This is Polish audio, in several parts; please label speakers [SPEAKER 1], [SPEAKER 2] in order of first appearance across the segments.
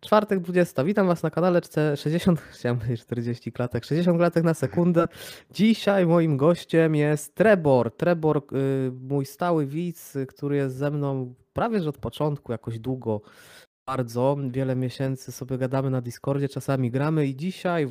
[SPEAKER 1] Czwartek 20. Witam Was na kanale 60, chciałem powiedzieć 40 klatek, 60 klatek na sekundę. Dzisiaj moim gościem jest Trebor. Trebor, mój stały widz, który jest ze mną prawie że od początku, jakoś długo, bardzo, wiele miesięcy sobie gadamy na Discordzie, czasami gramy i dzisiaj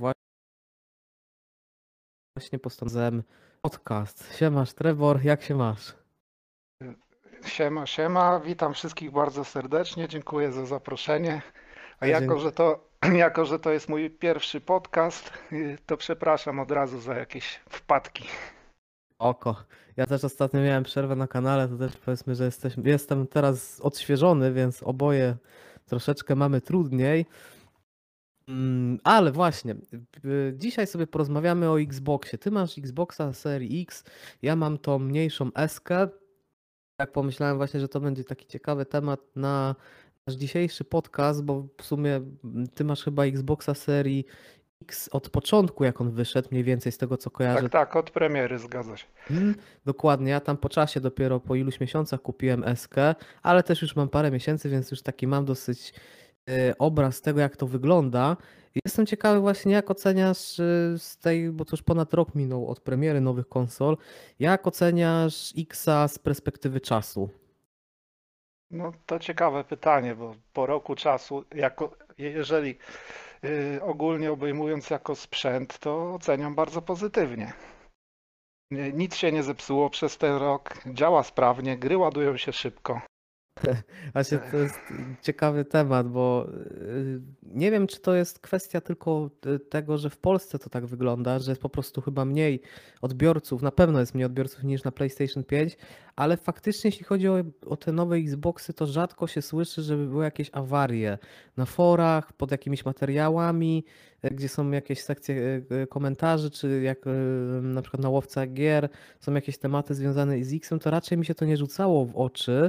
[SPEAKER 1] właśnie postanowiłem podcast. Siemasz Trebor, jak się masz?
[SPEAKER 2] Siema, siema, witam wszystkich bardzo serdecznie, dziękuję za zaproszenie. A
[SPEAKER 1] Dzień-
[SPEAKER 2] jako, że to jest mój pierwszy podcast, to przepraszam od razu za jakieś wpadki.
[SPEAKER 1] Oko. Ja też ostatnio miałem przerwę na kanale, to też powiedzmy, że jestem teraz odświeżony, więc oboje troszeczkę mamy trudniej. Ale właśnie, dzisiaj sobie porozmawiamy o Xboxie. Ty masz Xboxa serii X, ja mam tą mniejszą S-kę. Tak pomyślałem właśnie, że to będzie taki ciekawy temat na nasz dzisiejszy podcast, bo w sumie ty masz chyba Xboxa serii X od początku, jak on wyszedł, mniej więcej z tego co kojarzę.
[SPEAKER 2] Tak, od premiery zgadza się.
[SPEAKER 1] Dokładnie, ja tam po czasie dopiero po iluś miesiącach kupiłem S-kę, ale też już mam parę miesięcy, więc już taki mam dosyć obraz tego, jak to wygląda. I jestem ciekawy właśnie, jak oceniasz z tej, bo to już ponad rok minął od premiery nowych konsol, jak oceniasz Xa z perspektywy czasu?
[SPEAKER 2] No to ciekawe pytanie, bo po roku czasu, jeżeli ogólnie obejmując jako sprzęt, to oceniam bardzo pozytywnie. Nic się nie zepsuło przez ten rok, działa sprawnie, gry ładują się szybko.
[SPEAKER 1] Właśnie to jest ciekawy temat, bo nie wiem, czy to jest kwestia tylko tego, że w Polsce to tak wygląda, że jest po prostu chyba mniej odbiorców, na pewno jest mniej odbiorców niż na PlayStation 5, ale faktycznie jeśli chodzi o te nowe Xboxy, to rzadko się słyszy, żeby były jakieś awarie na forach, pod jakimiś materiałami, gdzie są jakieś sekcje komentarzy, czy jak na przykład na Łowca Gier są jakieś tematy związane z X-em, to raczej mi się to nie rzucało w oczy.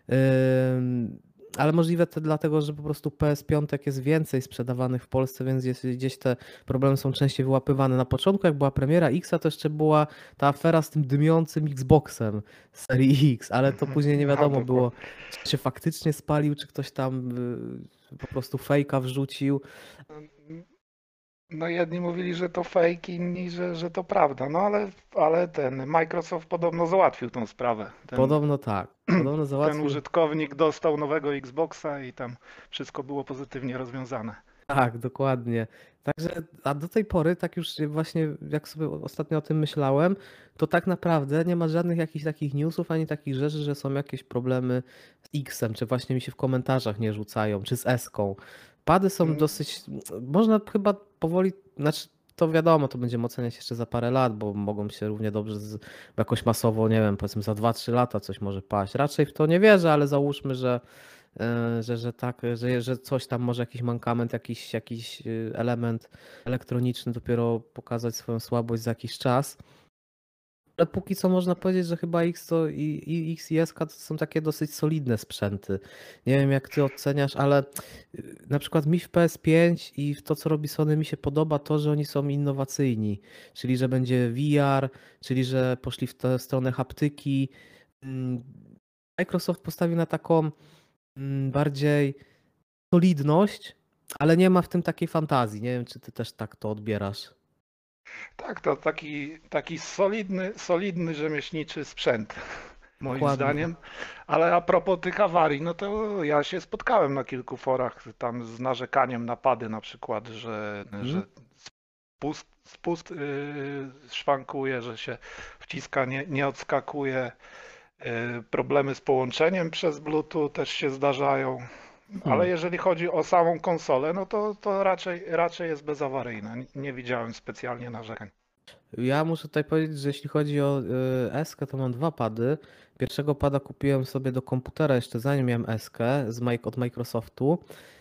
[SPEAKER 1] Ale możliwe to dlatego, że po prostu PS5 jest więcej sprzedawanych w Polsce, więc gdzieś te problemy są częściej wyłapywane. Na początku, jak była premiera X, to jeszcze była ta afera z tym dymiącym Xboxem z serii X, ale to później nie
[SPEAKER 2] No,
[SPEAKER 1] wiadomo
[SPEAKER 2] dokładnie.
[SPEAKER 1] było, czy się faktycznie spalił, czy ktoś tam po prostu fejka wrzucił.
[SPEAKER 2] No jedni mówili, że to fake, inni, że to prawda. No ale ten Microsoft podobno załatwił tą sprawę.
[SPEAKER 1] Podobno tak. Podobno
[SPEAKER 2] Ten
[SPEAKER 1] załatwił.
[SPEAKER 2] użytkownik dostał nowego Xboxa i tam wszystko było pozytywnie rozwiązane.
[SPEAKER 1] Tak, dokładnie. Także, a do tej pory, tak już właśnie jak sobie ostatnio o tym myślałem, to tak naprawdę nie ma żadnych jakichś takich newsów, ani takich rzeczy, że są jakieś problemy z X-em, czy właśnie mi się w komentarzach nie rzucają, czy z S-ką. Pady są
[SPEAKER 2] Mm,
[SPEAKER 1] dosyć, można chyba powoli, znaczy to wiadomo, to będziemy oceniać jeszcze za parę lat, bo mogą się równie dobrze jakoś masowo, nie wiem, powiedzmy za 2-3 lata coś może paść. Raczej w to nie wierzę, ale załóżmy, że tak, że coś tam może jakiś mankament, jakiś element elektroniczny dopiero pokazać swoją słabość za jakiś czas. Ale póki co można powiedzieć, że chyba X to i X i SK to są takie dosyć solidne sprzęty. Nie wiem jak ty oceniasz, ale na przykład mi w PS5 i w to co robi Sony mi się podoba to, że oni są innowacyjni, czyli że będzie VR, czyli że poszli w tę stronę haptyki. Mm, Microsoft postawił na taką bardziej solidność, ale nie ma w tym takiej fantazji. Nie wiem, czy ty też tak to odbierasz.
[SPEAKER 2] tak, to taki solidny rzemieślniczy sprzęt, moim
[SPEAKER 1] Dokładnie.
[SPEAKER 2] zdaniem. Ale a propos tych awarii, no to ja się spotkałem na kilku forach tam z narzekaniem na pady na przykład, że
[SPEAKER 1] Mhm.
[SPEAKER 2] spust szwankuje, że się wciska, nie odskakuje. Problemy z połączeniem przez Bluetooth też się zdarzają, ale
[SPEAKER 1] Hmm.
[SPEAKER 2] jeżeli chodzi o samą konsolę, no to raczej jest bezawaryjna. Nie widziałem specjalnie narzekań.
[SPEAKER 1] Ja muszę tutaj powiedzieć, że jeśli chodzi o S-kę, to mam dwa pady. Pierwszego pada kupiłem sobie do komputera jeszcze zanim miałem S-kę od Microsoftu.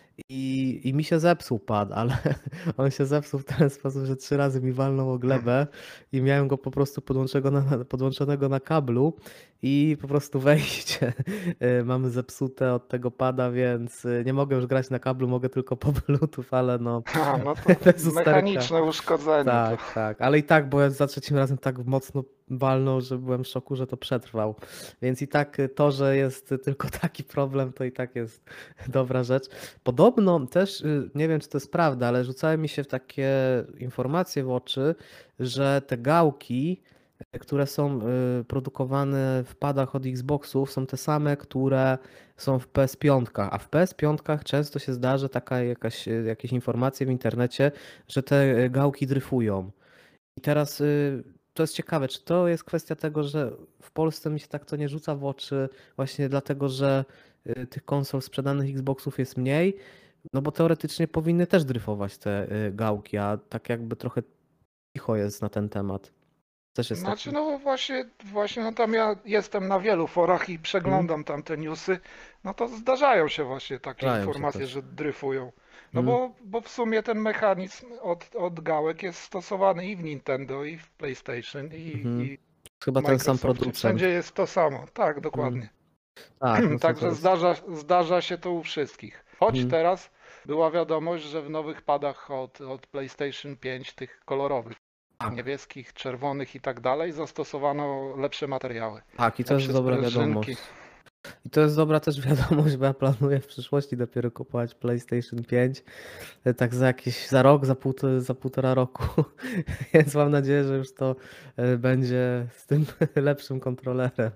[SPEAKER 1] I mi się zepsuł pad, ale on się zepsuł w ten sposób, że 3 razy mi walnął o glebę i miałem go po prostu podłączonego na kablu i po prostu wejście mamy zepsute od tego pada, więc nie mogę już grać na kablu, mogę tylko po Bluetooth, ale no
[SPEAKER 2] No to
[SPEAKER 1] to jest usterka.
[SPEAKER 2] mechaniczne uszkodzenie to.
[SPEAKER 1] Tak, tak, ale i tak, bo ja za trzecim razem tak mocno walnął, że byłem w szoku, że to przetrwał. Więc i tak to, że jest tylko taki problem, to i tak jest dobra rzecz. Podobno też, nie wiem czy to jest prawda, ale rzucały mi się takie informacje w oczy, że te gałki, które są produkowane w padach od Xboxów, są te same, które są w PS5, a w PS5 często się zdarza jakieś informacje w internecie, że te gałki dryfują. I teraz to jest ciekawe, czy to jest kwestia tego, że w Polsce mi się tak to nie rzuca w oczy, właśnie dlatego, że tych konsol sprzedanych Xboxów jest mniej, no bo teoretycznie powinny też dryfować te gałki, a tak jakby trochę cicho jest na ten temat. Też jest
[SPEAKER 2] Znaczy,
[SPEAKER 1] taki.
[SPEAKER 2] no właśnie no tam ja jestem na wielu forach i
[SPEAKER 1] Mhm.
[SPEAKER 2] przeglądam tam te newsy, no to zdarzają się właśnie takie
[SPEAKER 1] Zdarzają się
[SPEAKER 2] informacje,
[SPEAKER 1] też.
[SPEAKER 2] że dryfują. No
[SPEAKER 1] Mhm.
[SPEAKER 2] bo w sumie ten mechanizm od gałek jest stosowany i w Nintendo, i w PlayStation,
[SPEAKER 1] Mhm.
[SPEAKER 2] i
[SPEAKER 1] Chyba
[SPEAKER 2] w
[SPEAKER 1] ten sam
[SPEAKER 2] Microsoftie.
[SPEAKER 1] producent.
[SPEAKER 2] Wszędzie jest to samo. Tak,
[SPEAKER 1] Mhm.
[SPEAKER 2] dokładnie.
[SPEAKER 1] Tak, no to
[SPEAKER 2] Także
[SPEAKER 1] jest.
[SPEAKER 2] zdarza się to u wszystkich. Choć
[SPEAKER 1] Mhm.
[SPEAKER 2] teraz była wiadomość, że w nowych padach od PlayStation 5, tych kolorowych,
[SPEAKER 1] Tak,
[SPEAKER 2] niebieskich, czerwonych i tak dalej, zastosowano lepsze materiały,
[SPEAKER 1] tak, i to jest
[SPEAKER 2] lepsze
[SPEAKER 1] dobra
[SPEAKER 2] sprężynki.
[SPEAKER 1] wiadomość. I to jest dobra też wiadomość, bo ja planuję w przyszłości dopiero kupować PlayStation 5. Tak za rok, za półtora roku. Więc mam nadzieję, że już to będzie z tym lepszym kontrolerem.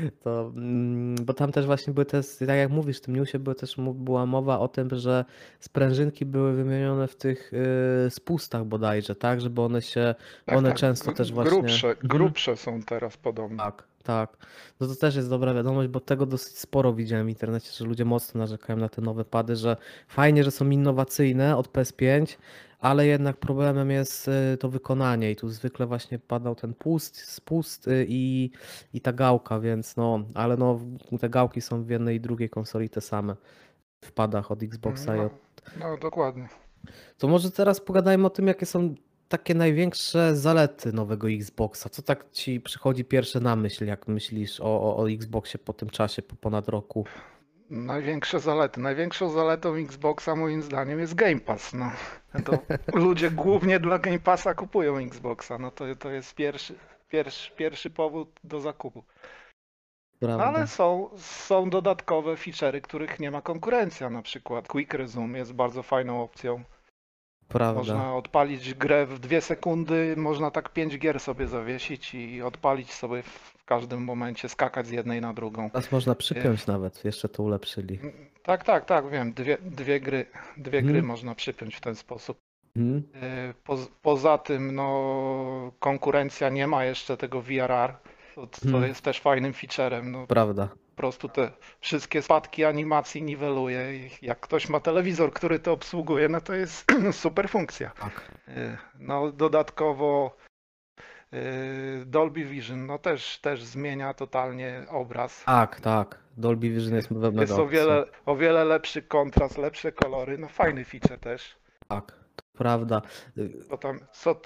[SPEAKER 1] Bo tam też właśnie były te, tak jak mówisz, w tym newsie była mowa o tym, że sprężynki były wymienione w tych spustach bodajże, tak? Żeby
[SPEAKER 2] Tak,
[SPEAKER 1] one
[SPEAKER 2] tak,
[SPEAKER 1] często też właśnie. Mhm.
[SPEAKER 2] grubsze są teraz podobno.
[SPEAKER 1] Tak, tak. No to też jest dobra wiadomość, bo tego dosyć sporo widziałem w internecie, że ludzie mocno narzekają na te nowe pady, że fajnie, że są innowacyjne od PS5, ale jednak problemem jest to wykonanie i tu zwykle właśnie padał ten spust i ta gałka, więc no, ale no te gałki są w jednej i drugiej konsoli te same w padach od Xboxa i
[SPEAKER 2] No,
[SPEAKER 1] od.
[SPEAKER 2] no dokładnie.
[SPEAKER 1] To może teraz pogadajmy o tym, jakie są takie największe zalety nowego Xboxa. Co tak ci przychodzi pierwsze na myśl, jak myślisz o Xboxie po tym czasie, po ponad roku?
[SPEAKER 2] Największe zalety. Największą zaletą Xboxa moim zdaniem jest Game Pass. No, to ludzie głównie dla Game Passa kupują Xboxa. No to jest pierwszy powód do zakupu. No ale
[SPEAKER 1] Prawda,
[SPEAKER 2] są dodatkowe feature'y, których nie ma konkurencja. Na przykład Quick Resume jest bardzo fajną opcją.
[SPEAKER 1] prawda.
[SPEAKER 2] Można odpalić grę w 2 sekundy, można tak 5 gier sobie zawiesić i odpalić sobie w każdym momencie, skakać z jednej na drugą.
[SPEAKER 1] Teraz można
[SPEAKER 2] Y,
[SPEAKER 1] przypiąć nawet, jeszcze to ulepszyli.
[SPEAKER 2] Tak, wiem. Dwie gry
[SPEAKER 1] Mhm.
[SPEAKER 2] można przypiąć w ten sposób.
[SPEAKER 1] Mhm.
[SPEAKER 2] Poza tym, no, konkurencja nie ma jeszcze tego VRR, co
[SPEAKER 1] Mhm.
[SPEAKER 2] jest też fajnym featurem. No,
[SPEAKER 1] Prawda.
[SPEAKER 2] po prostu te wszystkie spadki animacji niweluje. I jak ktoś ma telewizor, który to obsługuje, no to jest super funkcja.
[SPEAKER 1] Tak.
[SPEAKER 2] No, dodatkowo Dolby Vision, no też zmienia totalnie obraz.
[SPEAKER 1] Tak, tak. Dolby Vision jest mega
[SPEAKER 2] Jest
[SPEAKER 1] opcja.
[SPEAKER 2] o wiele lepszy kontrast, lepsze kolory, no fajny feature też.
[SPEAKER 1] Tak, to prawda.
[SPEAKER 2] Bo tam, co...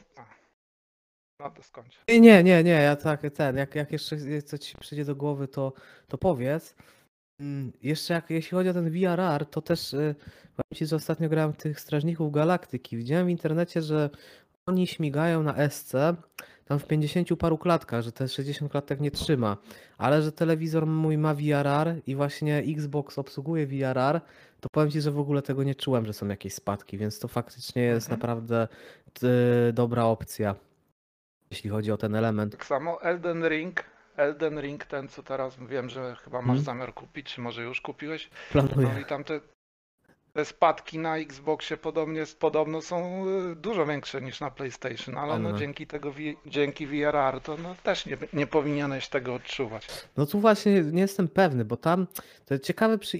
[SPEAKER 2] No to skończę.
[SPEAKER 1] Nie, ja tak, jak jeszcze co ci przyjdzie do głowy, to powiedz. Jeszcze jeśli chodzi o ten VRR, to też powiem ci, że ostatnio grałem w tych Strażników Galaktyki. Widziałem w internecie, że oni śmigają na SC tam w 50 paru klatkach, że te 60 klatek nie trzyma, ale że telewizor mój ma VRR i właśnie Xbox obsługuje VRR, to powiem ci, że w ogóle tego nie czułem, że są jakieś spadki, więc to faktycznie jest
[SPEAKER 2] Mhm.
[SPEAKER 1] naprawdę dobra opcja, jeśli chodzi o ten element.
[SPEAKER 2] Tak samo Elden Ring, ten co teraz wiem, że chyba masz
[SPEAKER 1] Mhm.
[SPEAKER 2] zamiar kupić, czy może już kupiłeś.
[SPEAKER 1] Planuję.
[SPEAKER 2] No i tam te spadki na Xboxie podobno są dużo większe niż na PlayStation, ale no
[SPEAKER 1] Ogromne.
[SPEAKER 2] dzięki VRR to no też nie powinieneś tego odczuwać.
[SPEAKER 1] No tu właśnie nie jestem pewny, bo tam to ciekawe przy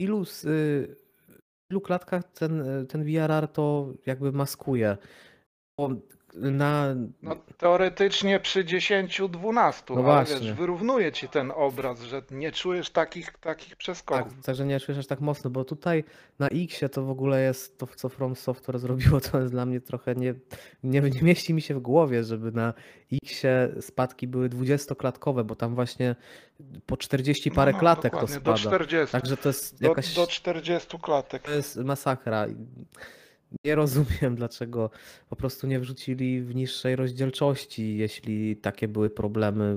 [SPEAKER 1] ilu klatkach ten VRR to jakby maskuje. Bo na,
[SPEAKER 2] No teoretycznie przy 10-12,
[SPEAKER 1] no
[SPEAKER 2] ale wiesz,
[SPEAKER 1] właśnie,
[SPEAKER 2] wyrównuje ci ten obraz, że nie czujesz takich
[SPEAKER 1] tak,
[SPEAKER 2] przeskoków.
[SPEAKER 1] także nie słyszysz tak mocno, bo tutaj na Xie to w ogóle jest to, co From Software zrobiło, to jest dla mnie trochę nie mieści mi się w głowie, żeby na Xie spadki były 20-klatkowe, bo tam właśnie po 40 parę
[SPEAKER 2] No,
[SPEAKER 1] klatek to
[SPEAKER 2] dokładnie, do
[SPEAKER 1] spada.
[SPEAKER 2] 40.
[SPEAKER 1] Także to jest
[SPEAKER 2] Do
[SPEAKER 1] jakaś
[SPEAKER 2] 40 klatek.
[SPEAKER 1] to jest masakra. nie rozumiem, dlaczego po prostu nie wrzucili w niższej rozdzielczości, jeśli takie były problemy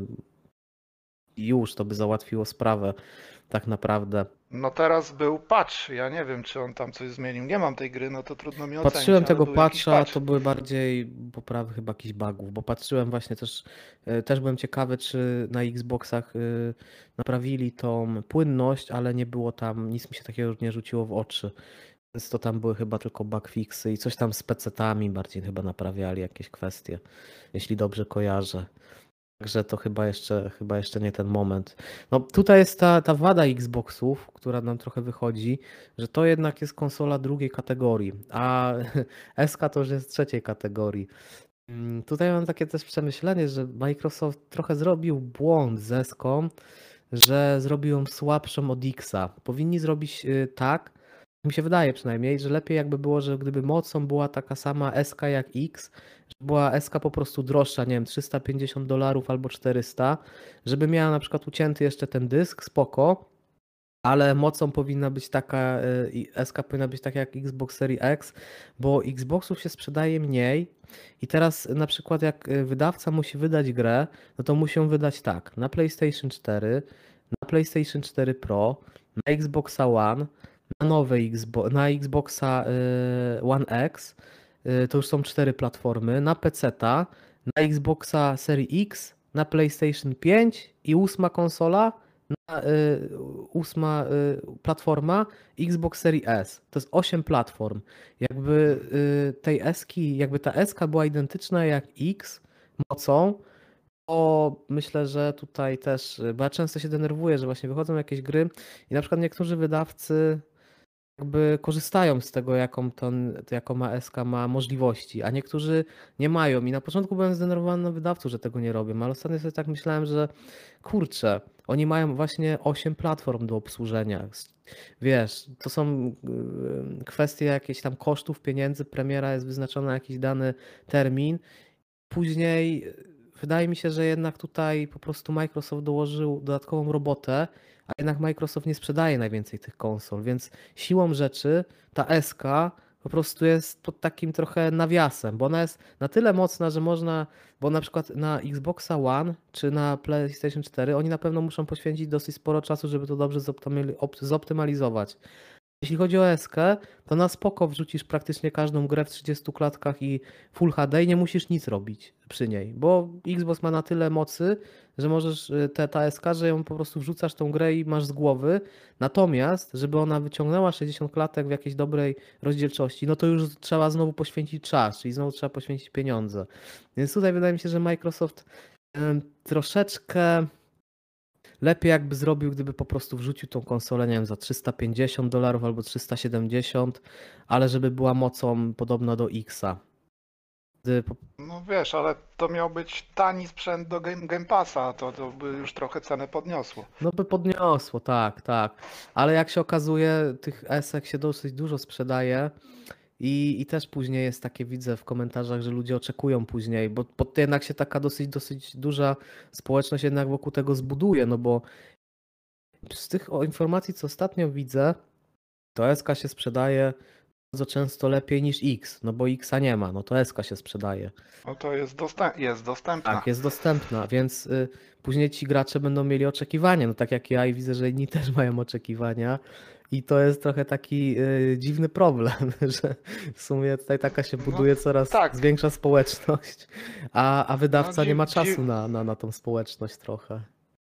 [SPEAKER 1] i już to by załatwiło sprawę tak naprawdę.
[SPEAKER 2] No teraz był patch, ja nie wiem, czy on tam coś zmienił. Nie mam tej gry, no to trudno mi ocenić,
[SPEAKER 1] Patrzyłem
[SPEAKER 2] ale
[SPEAKER 1] tego
[SPEAKER 2] był jakiś
[SPEAKER 1] patcha,
[SPEAKER 2] patch.
[SPEAKER 1] to były bardziej poprawy chyba jakichś bugów, bo patrzyłem właśnie też byłem ciekawy, czy na Xboxach naprawili tą płynność, ale nie było tam, nic mi się takiego nie rzuciło w oczy. Więc to tam były chyba tylko bugfixy i coś tam z pecetami bardziej chyba naprawiali jakieś kwestie, jeśli dobrze kojarzę. Także to chyba jeszcze nie ten moment. No tutaj jest ta wada Xboxów, która nam trochę wychodzi, że to jednak jest konsola drugiej kategorii, a SK to już jest trzeciej kategorii. Tutaj mam takie też przemyślenie, że Microsoft trochę zrobił błąd z SK, że zrobił ją słabszą od Xa. Powinni zrobić tak, mi się wydaje przynajmniej, że lepiej jakby było, że gdyby mocą była taka sama SK jak X, że była SK po prostu droższa, nie wiem, $350 albo 400, żeby miała na przykład ucięty jeszcze ten dysk, spoko, ale mocą powinna być taka, i SK powinna być taka jak Xbox Series X, bo Xboxów się sprzedaje mniej i teraz na przykład jak wydawca musi wydać grę, no to musi ją wydać tak, na PlayStation 4, na PlayStation 4 Pro, na Xboxa One, na nowe na Xboxa One X, to już są 4 platformy, na PC-ta, na Xboxa Series X, na PlayStation 5 i 8 konsola, na 8 platforma Xbox Series S. To jest 8 platform. Jakby tej S-ki, jakby ta S-ka była identyczna jak X mocą, to myślę, że tutaj też, bo ja często się denerwuję, że właśnie wychodzą jakieś gry i na przykład niektórzy wydawcy jakby korzystają z tego, jaką ma SK ma możliwości, a niektórzy nie mają. I na początku byłem zdenerwowany na wydawców, że tego nie robią, ale ostatnio sobie tak myślałem, że kurczę, oni mają właśnie 8 platform do obsłużenia. Wiesz, to są kwestie jakieś tam kosztów, pieniędzy, premiera jest wyznaczona na jakiś dany termin. Później wydaje mi się, że jednak tutaj po prostu Microsoft dołożył dodatkową robotę, a jednak Microsoft nie sprzedaje najwięcej tych konsol, więc siłą rzeczy ta SK po prostu jest pod takim trochę nawiasem, bo ona jest na tyle mocna, że można, bo na przykład na Xboxa One czy na PlayStation 4 oni na pewno muszą poświęcić dosyć sporo czasu, żeby to dobrze zoptymalizować. Jeśli chodzi o SK, to na spoko wrzucisz praktycznie każdą grę w 30 klatkach i Full HD i nie musisz nic robić przy niej, bo Xbox ma na tyle mocy, że możesz ta SK, że ją po prostu wrzucasz tą grę i masz z głowy. Natomiast, żeby ona wyciągnęła 60 klatek w jakiejś dobrej rozdzielczości, no to już trzeba znowu poświęcić czas, czyli znowu trzeba poświęcić pieniądze. Więc tutaj wydaje mi się, że Microsoft troszeczkę lepiej jakby zrobił, gdyby po prostu wrzucił tą konsolę, nie wiem, za $350 albo 370, ale żeby była mocą podobna do Xa.
[SPEAKER 2] No wiesz, ale to miał być tani sprzęt do Game Passa, to by już trochę cenę podniosło.
[SPEAKER 1] No by podniosło, tak, tak. Ale jak się okazuje, tych esek się dosyć dużo sprzedaje i też później jest takie, widzę w komentarzach, że ludzie oczekują później, bo jednak się taka dosyć duża społeczność jednak wokół tego zbuduje, no bo z tych informacji, co ostatnio widzę, to SK się sprzedaje bardzo często lepiej niż X, no bo Xa nie ma, no to SK się sprzedaje.
[SPEAKER 2] No to jest dostępna.
[SPEAKER 1] Tak, jest dostępna, więc później ci gracze będą mieli oczekiwania, no tak jak ja i widzę, że inni też mają oczekiwania i to jest trochę taki dziwny problem, że w sumie tutaj taka się buduje coraz
[SPEAKER 2] tak.
[SPEAKER 1] większa społeczność, a wydawca
[SPEAKER 2] No,
[SPEAKER 1] nie ma czasu na tą społeczność trochę.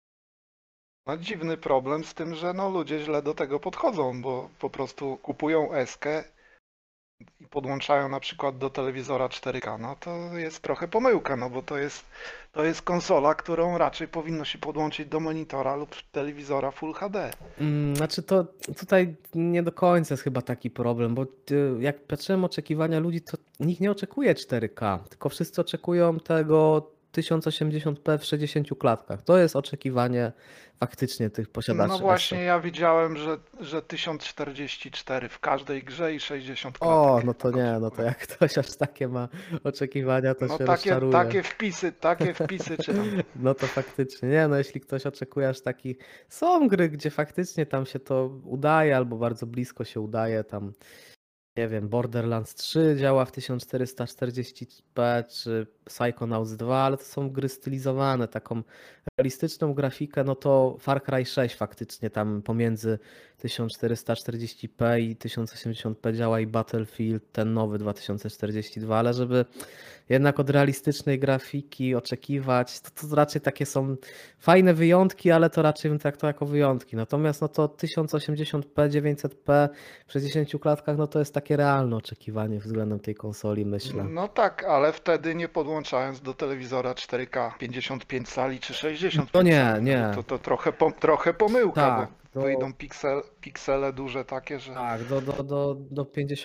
[SPEAKER 2] No dziwny problem z tym, że no ludzie źle do tego podchodzą, bo po prostu kupują eskę i podłączają na przykład do telewizora 4K, no to jest trochę pomyłka, no bo to jest konsola, którą raczej powinno się podłączyć do monitora lub telewizora Full HD.
[SPEAKER 1] Znaczy to tutaj nie do końca jest chyba taki problem, bo jak patrzyłem oczekiwania ludzi, to nikt nie oczekuje 4K, tylko wszyscy oczekują tego 1080p w 60 klatkach. To jest oczekiwanie faktycznie tych posiadaczy
[SPEAKER 2] No
[SPEAKER 1] SC.
[SPEAKER 2] właśnie ja widziałem, że 1044 w każdej grze i 60
[SPEAKER 1] O,
[SPEAKER 2] klatek.
[SPEAKER 1] no to
[SPEAKER 2] tak
[SPEAKER 1] nie, no to
[SPEAKER 2] oczekują.
[SPEAKER 1] jak ktoś aż takie ma oczekiwania, to
[SPEAKER 2] No
[SPEAKER 1] się rozczaruje.
[SPEAKER 2] takie wpisy czytam.
[SPEAKER 1] No to faktycznie, nie, no jeśli ktoś oczekuje aż taki, są gry, gdzie faktycznie tam się to udaje, albo bardzo blisko się udaje, tam nie wiem, Borderlands 3 działa w 1440p, czy Psychonauts 2, ale to są gry stylizowane, taką realistyczną grafikę, no to Far Cry 6 faktycznie tam pomiędzy 1440p i 1080p działa i Battlefield, ten nowy 2042, ale żeby jednak od realistycznej grafiki oczekiwać, to raczej takie są fajne wyjątki, ale to raczej bym traktował jako wyjątki. Natomiast no to 1080p, 900p w 60 klatkach, no to jest takie realne oczekiwanie względem tej konsoli, myślę.
[SPEAKER 2] No tak, ale wtedy nie podłączając do telewizora 4K 55 cali czy 65
[SPEAKER 1] No nie,
[SPEAKER 2] cali, no
[SPEAKER 1] nie.
[SPEAKER 2] bo to trochę pomyłka,
[SPEAKER 1] Tak,
[SPEAKER 2] bo wyjdą piksele duże takie, że
[SPEAKER 1] tak, do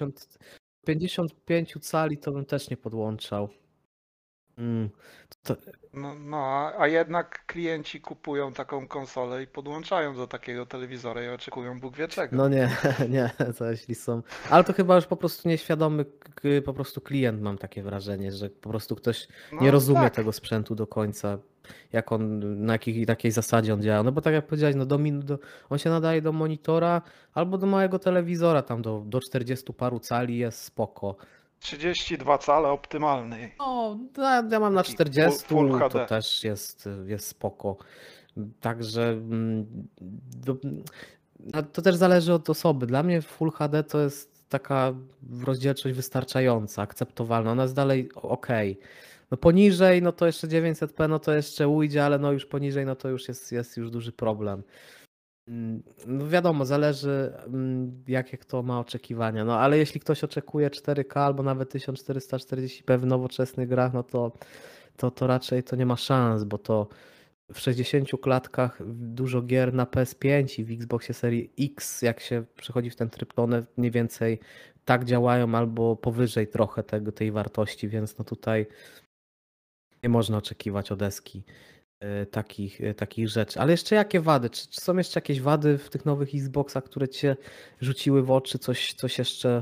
[SPEAKER 1] 55 cali to bym też nie podłączał. Mm, to,
[SPEAKER 2] a jednak klienci kupują taką konsolę i podłączają do takiego telewizora i oczekują Bóg wie czego.
[SPEAKER 1] no nie, nie, to jeśli są. Ale to chyba już po prostu nieświadomy po prostu klient, mam takie wrażenie, że po prostu ktoś nie
[SPEAKER 2] No
[SPEAKER 1] rozumie
[SPEAKER 2] tak.
[SPEAKER 1] tego sprzętu do końca, jak on, na takiej zasadzie on działa. No bo tak jak powiedziałeś, no on się nadaje do monitora albo do małego telewizora, tam do 40 paru cali jest spoko.
[SPEAKER 2] 32 cale optymalny.
[SPEAKER 1] No, ja mam na
[SPEAKER 2] Taki
[SPEAKER 1] 40,
[SPEAKER 2] Full
[SPEAKER 1] to
[SPEAKER 2] HD.
[SPEAKER 1] też jest spoko. Także no, to też zależy od osoby. Dla mnie Full HD to jest taka rozdzielczość wystarczająca, akceptowalna. Ona jest dalej ok. No poniżej, no to jeszcze 900p, no to jeszcze ujdzie, ale no już poniżej, no to już jest już duży problem. No wiadomo, zależy jakie kto ma oczekiwania, no ale jeśli ktoś oczekuje 4K albo nawet 1440p w nowoczesnych grach, no to raczej to nie ma szans, bo to w 60 klatkach dużo gier na PS5 i w Xboxie serii X, jak się przechodzi w ten tryb, to one mniej więcej tak działają albo powyżej trochę tej wartości, więc no tutaj nie można oczekiwać od deski takich rzeczy. Ale jeszcze jakie wady? Czy są jeszcze jakieś wady w tych nowych Xboxach, które cię rzuciły w oczy? Coś jeszcze?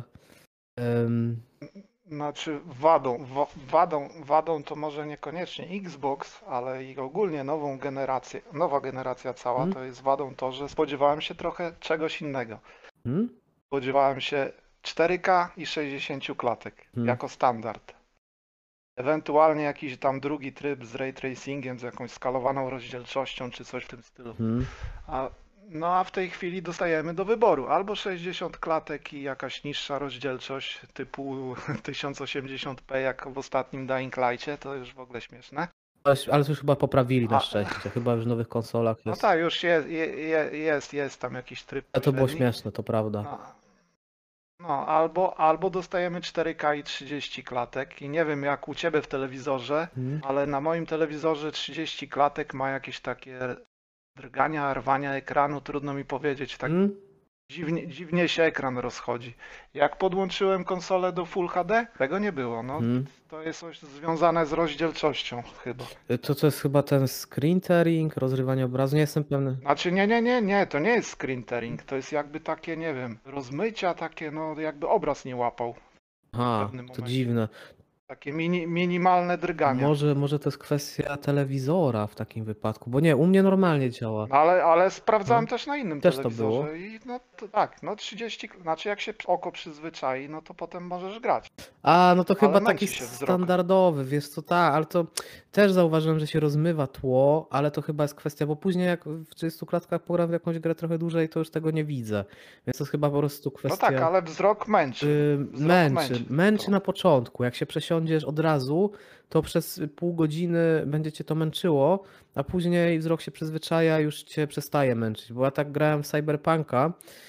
[SPEAKER 2] Znaczy wadą to może niekoniecznie Xbox, ale i ogólnie nowa generacja cała, to jest wadą to, że spodziewałem się trochę czegoś innego. Spodziewałem się 4K i 60 klatek jako standard. Ewentualnie jakiś tam drugi tryb z ray tracingiem, z jakąś skalowaną rozdzielczością czy coś w tym stylu. A w tej chwili dostajemy do wyboru albo 60 klatek i jakaś niższa rozdzielczość typu 1080p jak w ostatnim Dying Light'cie, to już w ogóle śmieszne.
[SPEAKER 1] Ale to już chyba poprawili na szczęście, chyba już w nowych konsolach
[SPEAKER 2] No
[SPEAKER 1] jest.
[SPEAKER 2] tak, już jest tam jakiś tryb
[SPEAKER 1] Ale to było
[SPEAKER 2] pośredni.
[SPEAKER 1] śmieszne, to prawda.
[SPEAKER 2] No, albo dostajemy 4K i 30 klatek i nie wiem jak u ciebie w telewizorze, ale na moim telewizorze 30 klatek ma jakieś takie drgania, rwania ekranu, trudno mi powiedzieć, tak dziwnie się ekran rozchodzi. Jak podłączyłem konsolę do Full HD, tego nie było, no to jest coś związane z rozdzielczością chyba.
[SPEAKER 1] To jest chyba ten screen tearing, rozrywanie obrazu, nie jestem pewny.
[SPEAKER 2] Znaczy nie, to nie jest screen tearing, to jest jakby takie, nie wiem, rozmycia takie, no jakby obraz nie łapał w pewnym
[SPEAKER 1] To
[SPEAKER 2] momencie.
[SPEAKER 1] dziwne.
[SPEAKER 2] Takie minimalne drgania.
[SPEAKER 1] Może to jest kwestia telewizora w takim wypadku, bo nie, u mnie normalnie działa.
[SPEAKER 2] No ale sprawdzałem też na innym
[SPEAKER 1] Też to
[SPEAKER 2] telewizorze
[SPEAKER 1] było.
[SPEAKER 2] i no to tak, no 30, znaczy jak się oko przyzwyczai, no to potem możesz grać.
[SPEAKER 1] No to chyba
[SPEAKER 2] Ale
[SPEAKER 1] taki
[SPEAKER 2] męci się wzrok.
[SPEAKER 1] standardowy, wiesz co, ale to też zauważyłem, że się rozmywa tło, ale to chyba jest kwestia, bo później jak w 30 klatkach pogram w jakąś grę trochę dłużej, to już tego nie widzę, więc to jest chyba po prostu
[SPEAKER 2] No
[SPEAKER 1] kwestia...
[SPEAKER 2] tak, ale wzrok męczy.
[SPEAKER 1] Męczy na początku, jak się przesiądziesz od razu, to przez pół godziny będzie cię to męczyło, a później wzrok się przyzwyczaja, już cię przestaje męczyć, bo ja tak grałem w Cyberpunka,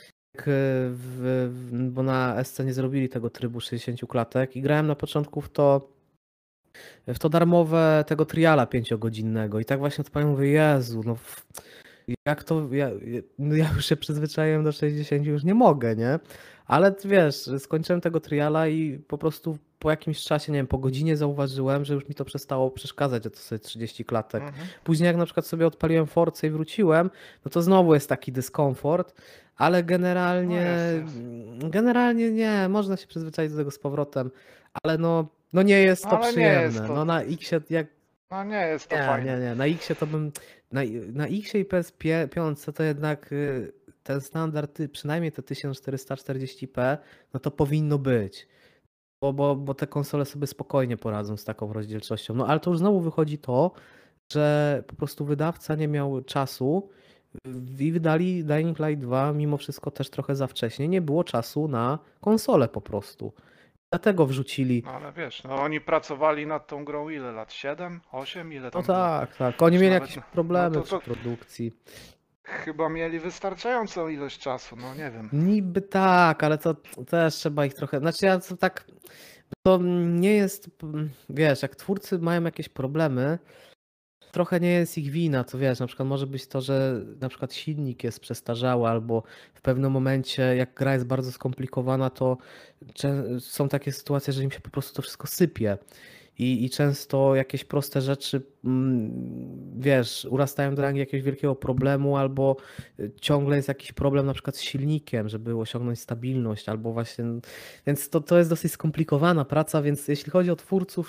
[SPEAKER 1] bo na SC nie zrobili tego trybu 60 klatek i grałem na początku w to darmowe tego triala 5-godzinnego i tak właśnie odpaliłem, mówię, Jezu, no jak to, ja już się przyzwyczaiłem do 60, już nie mogę, nie? Ale wiesz, skończyłem tego triala i po prostu po jakimś czasie, nie wiem, po godzinie zauważyłem, że już mi to przestało przeszkadzać, że to sobie 30 klatek. Później jak na przykład sobie odpaliłem Forcę i wróciłem, no to znowu jest taki dyskomfort, ale generalnie nie, można się przyzwyczaić do tego z powrotem, ale no nie jest to
[SPEAKER 2] Ale nie
[SPEAKER 1] przyjemne.
[SPEAKER 2] jest to-
[SPEAKER 1] No na X-ie jak
[SPEAKER 2] No nie jest to fajne.
[SPEAKER 1] nie. Na X-ie to bym. Na X-ie i PS5 to jednak ten standard, przynajmniej te 1440p, no to powinno być. Bo te konsole sobie spokojnie poradzą z taką rozdzielczością. No ale to już znowu wychodzi to, że po prostu wydawca nie miał czasu i wydali Dying Light 2 mimo wszystko też trochę za wcześnie. Nie było czasu na konsolę po prostu. Dlatego wrzucili.
[SPEAKER 2] No ale wiesz, no oni pracowali nad tą grą ile lat? 7, 8? Ile
[SPEAKER 1] No
[SPEAKER 2] tam było?
[SPEAKER 1] tak, tak. Oni
[SPEAKER 2] Już
[SPEAKER 1] mieli
[SPEAKER 2] nawet,
[SPEAKER 1] jakieś
[SPEAKER 2] no
[SPEAKER 1] problemy
[SPEAKER 2] to,
[SPEAKER 1] przy
[SPEAKER 2] to
[SPEAKER 1] produkcji.
[SPEAKER 2] chyba mieli wystarczającą ilość czasu, no nie wiem.
[SPEAKER 1] Niby tak, ale to też trzeba ich trochę. Znaczy ja to tak. To nie jest. Wiesz, jak twórcy mają jakieś problemy, trochę nie jest ich wina, to wiesz, na przykład może być to, że na przykład silnik jest przestarzały, albo w pewnym momencie, jak gra jest bardzo skomplikowana, to są takie sytuacje, że im się po prostu to wszystko sypie. I często jakieś proste rzeczy, wiesz, urastają do rangi jakiegoś wielkiego problemu, albo ciągle jest jakiś problem na przykład z silnikiem, żeby osiągnąć stabilność, albo właśnie. Więc to jest dosyć skomplikowana praca, więc jeśli chodzi o twórców,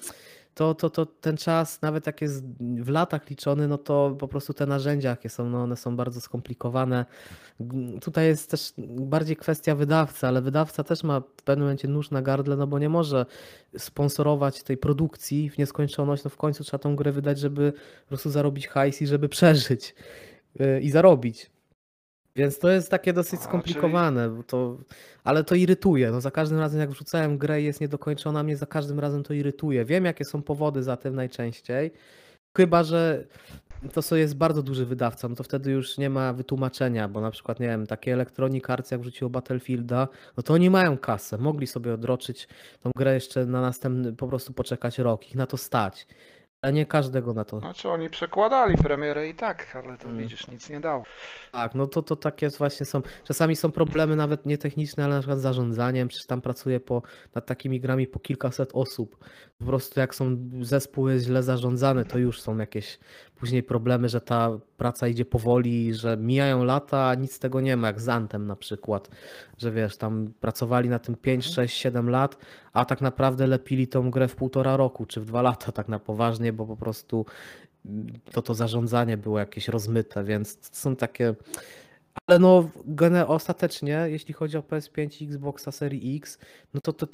[SPEAKER 1] to ten czas, nawet jak jest w latach liczony, no to po prostu te narzędzia, jakie są, no one są bardzo skomplikowane. Tutaj jest też bardziej kwestia wydawcy, ale wydawca też ma w pewnym momencie nóż na gardle, no bo nie może sponsorować tej produkcji w nieskończoność, no w końcu trzeba tą grę wydać, żeby po prostu zarobić hajs i żeby przeżyć i zarobić. Więc to jest takie dosyć
[SPEAKER 2] A,
[SPEAKER 1] skomplikowane, ale to irytuje. No za każdym razem jak wrzucałem grę i jest niedokończona, mnie za każdym razem to irytuje. Wiem jakie są powody za tym najczęściej, chyba że to jest bardzo duży wydawca, no to wtedy już nie ma wytłumaczenia, bo na przykład, nie wiem, takie Electronic Arts jak wrzuciło Battlefielda, no to oni mają kasę, mogli sobie odroczyć tą grę jeszcze na następny, po prostu poczekać rok, ich na to stać, ale nie każdego na to.
[SPEAKER 2] znaczy oni przekładali premierę i tak, ale to
[SPEAKER 1] Mm.
[SPEAKER 2] widzisz, nic nie dało.
[SPEAKER 1] Tak, no to takie właśnie są. Czasami są problemy nawet nie techniczne, ale na przykład z zarządzaniem. Przecież tam pracuje nad takimi grami po kilkaset osób. Po prostu jak zespół jest źle zarządzany, to już są jakieś później problemy, że ta praca idzie powoli, że mijają lata, a nic z tego nie ma, jak z Antem na przykład. Że wiesz, tam pracowali na tym 5, 6, 7 lat, a tak naprawdę lepili tą grę w 1,5 roku czy w 2 lata tak na poważnie, bo po prostu to zarządzanie było jakieś rozmyte, więc to są takie. Ale no ostatecznie, jeśli chodzi o PS5 i Xboxa Serii X, no to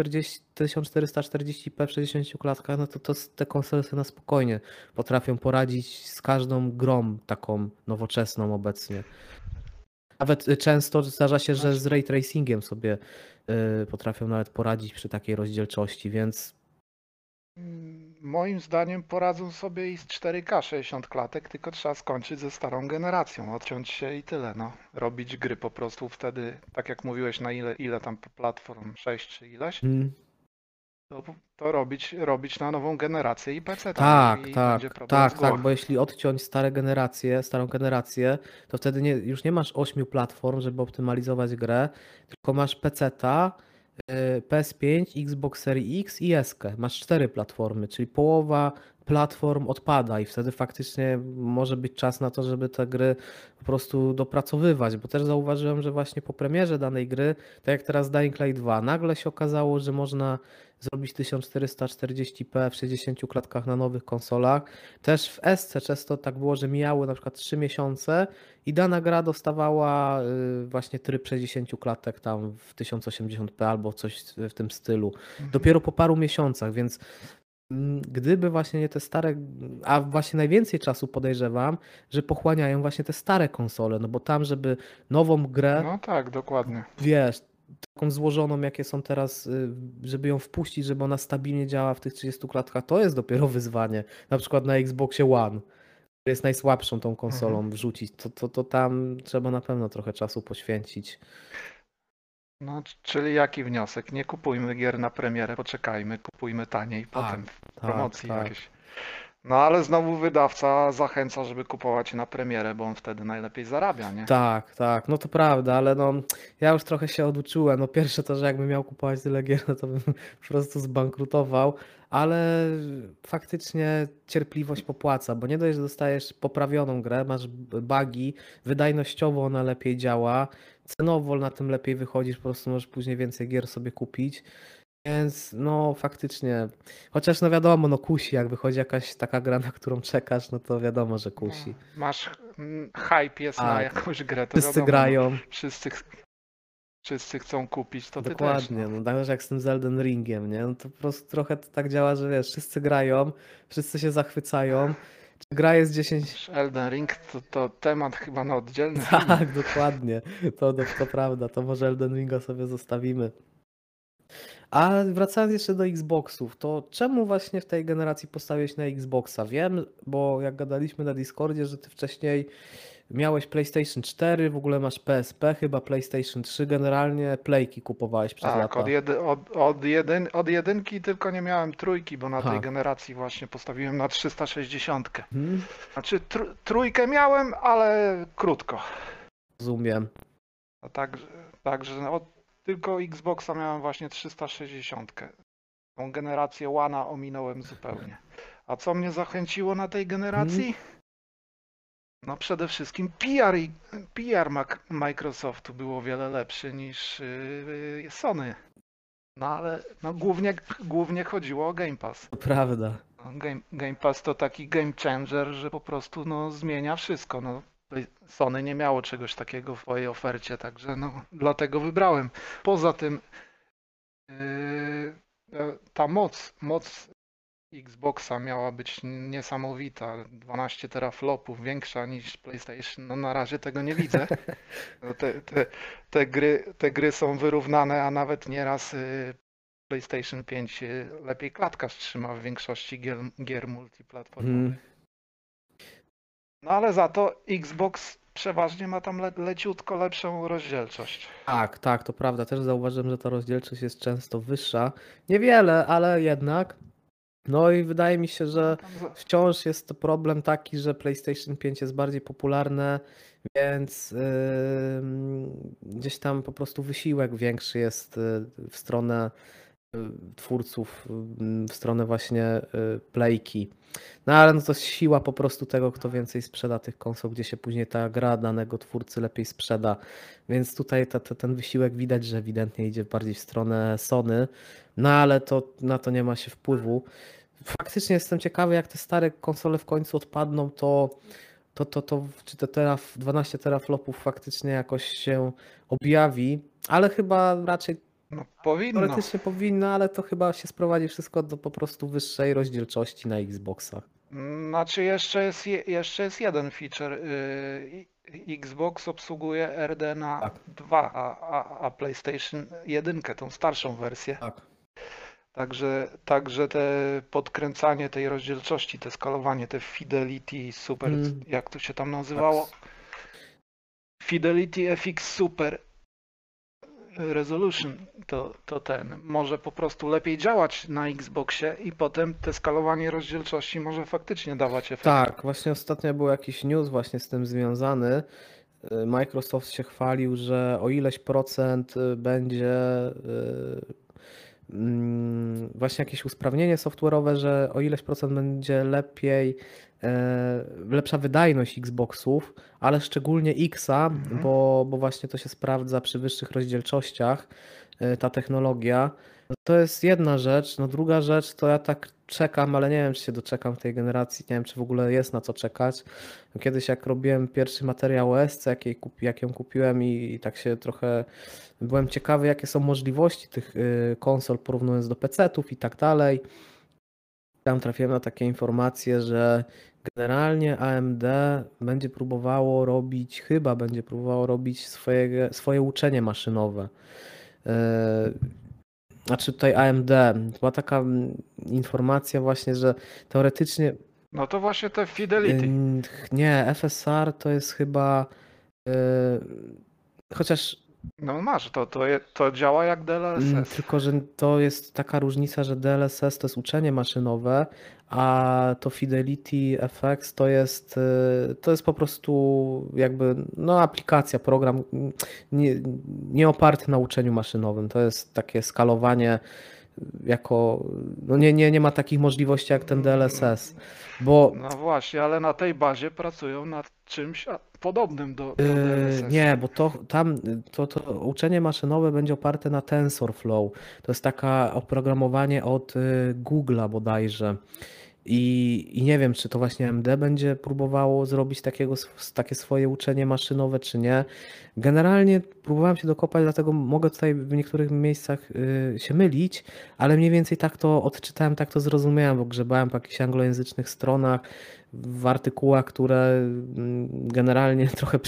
[SPEAKER 1] 1440p w 60 klatkach, no to te konsole sobie na spokojnie potrafią poradzić z każdą grą taką nowoczesną obecnie. Nawet często zdarza się, że z ray tracingiem sobie potrafią nawet poradzić przy takiej rozdzielczości, więc
[SPEAKER 2] Moim zdaniem poradzą sobie i z 4K 60 klatek, tylko trzeba skończyć ze starą generacją, odciąć się i tyle, no. Robić gry po prostu wtedy, tak jak mówiłeś, na ile tam platform, 6 czy ileś, to robić na nową generację i PC tam i będzie problem z
[SPEAKER 1] tak,
[SPEAKER 2] głową.
[SPEAKER 1] bo jeśli odciąć starą generację, to wtedy już nie masz 8 platform, żeby optymalizować grę, tylko masz PC-ta, PS5, Xbox Series X i S. Masz 4 platformy, czyli połowa platform odpada i wtedy faktycznie może być czas na to, żeby te gry po prostu dopracowywać, bo też zauważyłem, że właśnie po premierze danej gry, tak jak teraz Dying Light 2, nagle się okazało, że można zrobić 1440p w 60 klatkach na nowych konsolach. Też w SC często tak było, że mijały na przykład 3 miesiące i dana gra dostawała właśnie tryb 60 klatek tam w 1080p albo coś w tym stylu. Dopiero po paru miesiącach, więc gdyby właśnie nie te stare, a właśnie najwięcej czasu podejrzewam, że pochłaniają właśnie te stare konsole, no bo tam, żeby nową grę,
[SPEAKER 2] No tak, dokładnie.
[SPEAKER 1] wiesz, taką złożoną, jakie są teraz, żeby ją wpuścić, żeby ona stabilnie działała w tych 30 klatkach, to jest dopiero wyzwanie. Na przykład na Xboxie One, który jest najsłabszą tą konsolą, wrzucić, to tam trzeba na pewno trochę czasu poświęcić.
[SPEAKER 2] No, czyli jaki wniosek? Nie kupujmy gier na premierę, poczekajmy, kupujmy taniej, potem w promocji
[SPEAKER 1] tak.
[SPEAKER 2] jakieś. No ale znowu wydawca zachęca, żeby kupować na premierę, bo on wtedy najlepiej zarabia, nie?
[SPEAKER 1] Tak, no to prawda, ale no ja już trochę się oduczyłem. No pierwsze to, że jakbym miał kupować tyle gier, no to bym po prostu zbankrutował, ale faktycznie cierpliwość popłaca, bo nie dość, że dostajesz poprawioną grę, masz bugi, wydajnościowo ona lepiej działa, cenowo na tym lepiej wychodzisz, po prostu możesz później więcej gier sobie kupić. Więc no faktycznie, chociaż no wiadomo, no kusi, jak wychodzi jakaś taka gra, na którą czekasz, no to wiadomo, że
[SPEAKER 2] No,
[SPEAKER 1] kusi.
[SPEAKER 2] masz hype jest na
[SPEAKER 1] Tak,
[SPEAKER 2] jakąś grę, to
[SPEAKER 1] wszyscy
[SPEAKER 2] wiadomo, no,
[SPEAKER 1] grają,
[SPEAKER 2] wszyscy, wszyscy chcą kupić, to ty też,
[SPEAKER 1] dokładnie,
[SPEAKER 2] no.
[SPEAKER 1] no tak jak z tym Elden Ringiem, nie? No to po prostu trochę to tak działa, że wiesz, wszyscy grają, wszyscy się zachwycają, czy gra jest 10.
[SPEAKER 2] Elden Ring to temat chyba na oddzielny film.
[SPEAKER 1] Tak, dokładnie, to prawda, to może Elden Ringa sobie zostawimy. A wracając jeszcze do Xboxów, to czemu właśnie w tej generacji postawiłeś na Xboxa? Wiem, bo jak gadaliśmy na Discordzie, że ty wcześniej miałeś PlayStation 4, w ogóle masz PSP, chyba PlayStation 3, generalnie playki kupowałeś przez
[SPEAKER 2] Tak,
[SPEAKER 1] lata.
[SPEAKER 2] od jedynki tylko nie miałem trójki, bo na tej
[SPEAKER 1] Aha.
[SPEAKER 2] generacji właśnie postawiłem na 360.
[SPEAKER 1] Mhm,
[SPEAKER 2] Znaczy trójkę miałem, ale krótko.
[SPEAKER 1] rozumiem.
[SPEAKER 2] A także no, tylko Xboxa miałem właśnie 360. Tą generację One'a ominąłem zupełnie. A co mnie zachęciło na tej
[SPEAKER 1] Mhm.
[SPEAKER 2] generacji? No przede wszystkim PR Microsoftu było o wiele lepszy niż Sony. No ale no, głównie chodziło o Game Pass.
[SPEAKER 1] To prawda.
[SPEAKER 2] No, Game Pass to taki game changer, że po prostu no, zmienia wszystko. No, Sony nie miało czegoś takiego w swojej ofercie, także no, dlatego wybrałem. Poza tym ta moc Xboxa miała być niesamowita. 12 teraflopów, większa niż PlayStation. No na razie tego nie widzę. No, te gry są wyrównane, a nawet nieraz PlayStation 5 lepiej klatkarz trzyma w większości gier multiplatformowych.
[SPEAKER 1] Mhm.
[SPEAKER 2] No ale za to Xbox przeważnie ma tam leciutko lepszą rozdzielczość.
[SPEAKER 1] Tak, to prawda. Też zauważyłem, że ta rozdzielczość jest często wyższa. Niewiele, ale jednak. No i wydaje mi się, że
[SPEAKER 2] Tam
[SPEAKER 1] wciąż jest to problem taki, że PlayStation 5 jest bardziej popularne, więc gdzieś tam po prostu wysiłek większy jest w stronę twórców, w stronę właśnie playki. No ale no to siła po prostu tego, kto więcej sprzeda tych konsol, gdzie się później ta gra danego twórcy lepiej sprzeda. Więc tutaj ten wysiłek widać, że ewidentnie idzie bardziej w stronę Sony, no ale to na to nie ma się wpływu. Faktycznie jestem ciekawy, jak te stare konsole w końcu odpadną, czy te 12 teraflopów faktycznie jakoś się objawi, ale chyba raczej
[SPEAKER 2] no, powinno.
[SPEAKER 1] teoretycznie powinno, ale to chyba się sprowadzi wszystko do po prostu wyższej rozdzielczości na Xboxach.
[SPEAKER 2] Znaczy jeszcze jest jeden feature. Xbox obsługuje RDNA
[SPEAKER 1] Tak.
[SPEAKER 2] 2, a PlayStation 1, tą starszą wersję.
[SPEAKER 1] Tak.
[SPEAKER 2] Także te podkręcanie tej rozdzielczości, te skalowanie, te Fidelity Super, jak to się tam nazywało? Fidelity FX Super Resolution to ten może po prostu lepiej działać na Xboxie i potem te skalowanie rozdzielczości może faktycznie dawać efekt.
[SPEAKER 1] Tak, właśnie ostatnio był jakiś news właśnie z tym związany. Microsoft się chwalił, że o ileś procent będzie właśnie jakieś usprawnienie software'owe, że o ileś procent będzie lepsza wydajność Xboxów, ale szczególnie Xa, bo właśnie to się sprawdza przy wyższych rozdzielczościach, ta technologia. To jest jedna rzecz. No druga rzecz to ja tak czekam, ale nie wiem, czy się doczekam w tej generacji, nie wiem, czy w ogóle jest na co czekać. Kiedyś jak robiłem pierwszy materiał o SC, jak ją kupiłem i tak się trochę byłem ciekawy, jakie są możliwości tych konsol porównując do PC-ów i tak dalej. Tam trafiłem na takie informacje, że generalnie AMD chyba będzie próbowało robić swoje uczenie maszynowe. Znaczy tutaj AMD, była taka informacja właśnie, że teoretycznie
[SPEAKER 2] No to właśnie te Fidelity.
[SPEAKER 1] nie, FSR to jest chyba chociaż
[SPEAKER 2] No masz, to działa jak DLSS.
[SPEAKER 1] tylko, że to jest taka różnica, że DLSS to jest uczenie maszynowe, a to Fidelity FX to jest po prostu jakby no, aplikacja, program nie oparty na uczeniu maszynowym. To jest takie skalowanie jako, no nie ma takich możliwości jak ten DLSS, bo
[SPEAKER 2] No właśnie, ale na tej bazie pracują nad czymś podobnym do DLSS-a.
[SPEAKER 1] nie, bo to tam to uczenie maszynowe będzie oparte na TensorFlow. To jest taka oprogramowanie od Google'a bodajże. I nie wiem, czy to właśnie AMD będzie próbowało zrobić takie swoje uczenie maszynowe, czy nie. Generalnie próbowałem się dokopać, dlatego mogę tutaj w niektórych miejscach się mylić, ale mniej więcej tak to odczytałem, tak to zrozumiałem, bo grzebałem po jakichś anglojęzycznych stronach, w artykułach, które generalnie trochę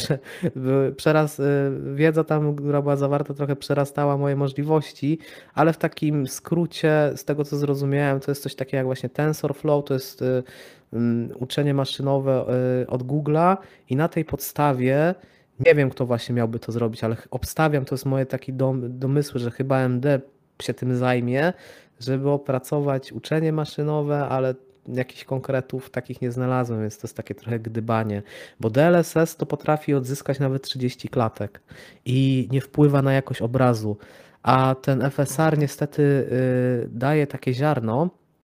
[SPEAKER 1] wiedza tam, która była zawarta, trochę przerastała moje możliwości, ale w takim skrócie, z tego co zrozumiałem, to jest coś takiego jak właśnie TensorFlow, to jest uczenie maszynowe od Google'a i na tej podstawie nie wiem, kto właśnie miałby to zrobić, ale obstawiam, to jest moje takie domysły, że chyba AMD się tym zajmie, żeby opracować uczenie maszynowe, ale jakichś konkretów takich nie znalazłem, więc to jest takie trochę gdybanie, bo DLSS to potrafi odzyskać nawet 30 klatek i nie wpływa na jakość obrazu, a ten FSR niestety daje takie ziarno,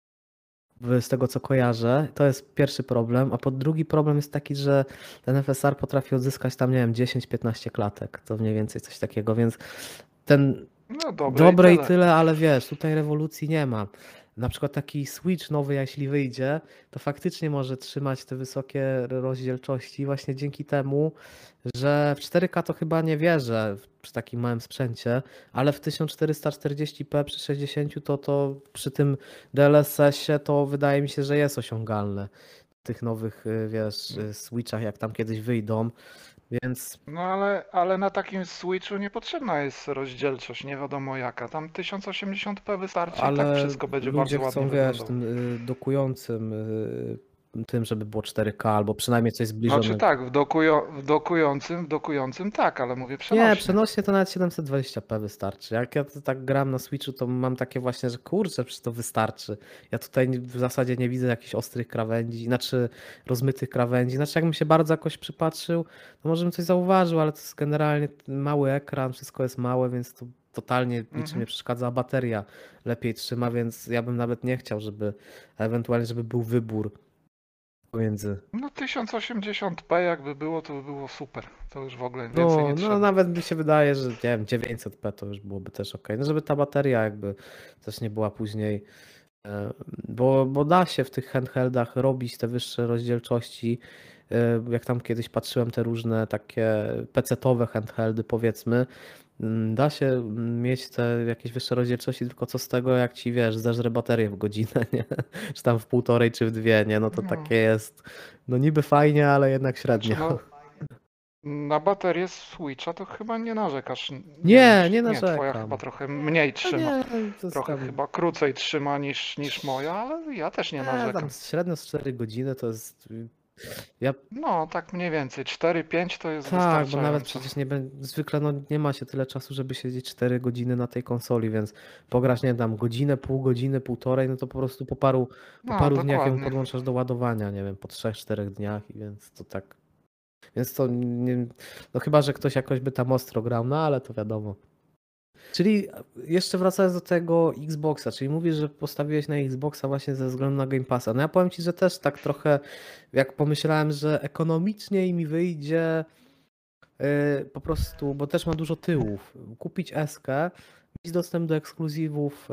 [SPEAKER 1] z tego co kojarzę, to jest pierwszy problem, a drugi problem jest taki, że ten FSR potrafi odzyskać tam, nie wiem, 10-15 klatek, to mniej więcej coś takiego, więc ten
[SPEAKER 2] No
[SPEAKER 1] dobre i tyle, ale wiesz, tutaj rewolucji nie ma. Na przykład taki Switch nowy, jeśli wyjdzie, to faktycznie może trzymać te wysokie rozdzielczości właśnie dzięki temu, że w 4K to chyba nie wierzę przy takim małym sprzęcie, ale w 1440p przy 60 to przy tym DLSS-ie to wydaje mi się, że jest osiągalne w tych nowych, wiesz, Switchach, jak tam kiedyś wyjdą, więc
[SPEAKER 2] No ale na takim Switchu nie potrzebna jest rozdzielczość, nie wiadomo jaka. Tam 1080p wystarczy i tak
[SPEAKER 1] ale
[SPEAKER 2] wszystko będzie
[SPEAKER 1] ludzie
[SPEAKER 2] bardzo ładnie
[SPEAKER 1] chcą, wiesz,
[SPEAKER 2] wyglądało.
[SPEAKER 1] tym dokującym, tym, żeby było 4K albo przynajmniej coś
[SPEAKER 2] Znaczy
[SPEAKER 1] zbliżonego.
[SPEAKER 2] tak, w dokującym tak, ale mówię
[SPEAKER 1] Nie,
[SPEAKER 2] przenośnie.
[SPEAKER 1] przenośnie to nawet 720p wystarczy. Jak ja to tak gram na Switchu, to mam takie właśnie, że kurczę, przecież to wystarczy. Ja tutaj w zasadzie nie widzę jakichś ostrych krawędzi, znaczy rozmytych krawędzi. Znaczy jakbym się bardzo jakoś przypatrzył, to może bym coś zauważył, ale to jest generalnie mały ekran, wszystko jest małe, więc to totalnie niczym
[SPEAKER 2] Mhm.
[SPEAKER 1] nie przeszkadza, a bateria lepiej trzyma, więc ja bym nawet nie chciał, żeby ewentualnie, żeby był wybór pomiędzy.
[SPEAKER 2] No 1080p jakby było, to by było super. To już w ogóle więcej
[SPEAKER 1] No,
[SPEAKER 2] nie
[SPEAKER 1] no
[SPEAKER 2] trzeba.
[SPEAKER 1] nawet mi się wydaje, że nie wiem, 900p to już byłoby też ok. No żeby ta bateria jakby też nie była później, bo da się w tych handheldach robić te wyższe rozdzielczości. Jak tam kiedyś patrzyłem te różne takie PC-towe handheldy powiedzmy, da się mieć te jakieś wyższe rozdzielczości, tylko co z tego jak ci wiesz, zeżre baterię w godzinę, nie? Czy tam w półtorej, czy w dwie, nie? No to
[SPEAKER 2] No,
[SPEAKER 1] takie jest, no niby fajnie, ale jednak
[SPEAKER 2] znaczy
[SPEAKER 1] średnio.
[SPEAKER 2] no, na baterię Switcha to chyba nie narzekasz. Nie wiem,
[SPEAKER 1] Nie, nie
[SPEAKER 2] nie, twoja chyba
[SPEAKER 1] narzekam.
[SPEAKER 2] trochę mniej
[SPEAKER 1] No
[SPEAKER 2] trzyma.
[SPEAKER 1] nie, to jest
[SPEAKER 2] Trochę
[SPEAKER 1] tam,
[SPEAKER 2] chyba krócej trzyma niż moja, ale ja też nie
[SPEAKER 1] nie, tam
[SPEAKER 2] narzekam.
[SPEAKER 1] średnio z 4 godziny to jest. Ja
[SPEAKER 2] No, tak mniej więcej. 4-5 to jest
[SPEAKER 1] tak, bo nawet
[SPEAKER 2] wystarczająco.
[SPEAKER 1] przecież nie zwykle no, nie ma się tyle czasu, żeby siedzieć 4 godziny na tej konsoli, więc pograsz, nie wiem, tam godzinę, pół godziny, półtorej, no to po prostu po
[SPEAKER 2] No,
[SPEAKER 1] paru dniach ją
[SPEAKER 2] dokładnie.
[SPEAKER 1] podłączasz do ładowania, nie wiem, po 3-4 dniach, i więc to tak. Więc to nie, no chyba, że ktoś jakoś by tam ostro grał, no ale to wiadomo. Czyli jeszcze wracając do tego Xboxa, czyli mówisz, że postawiłeś na Xboxa właśnie ze względu na Game Passa. No ja powiem Ci, że też tak trochę, jak pomyślałem, że ekonomiczniej mi wyjdzie po prostu, bo też ma dużo tyłów, kupić S-kę, mieć dostęp do ekskluzywów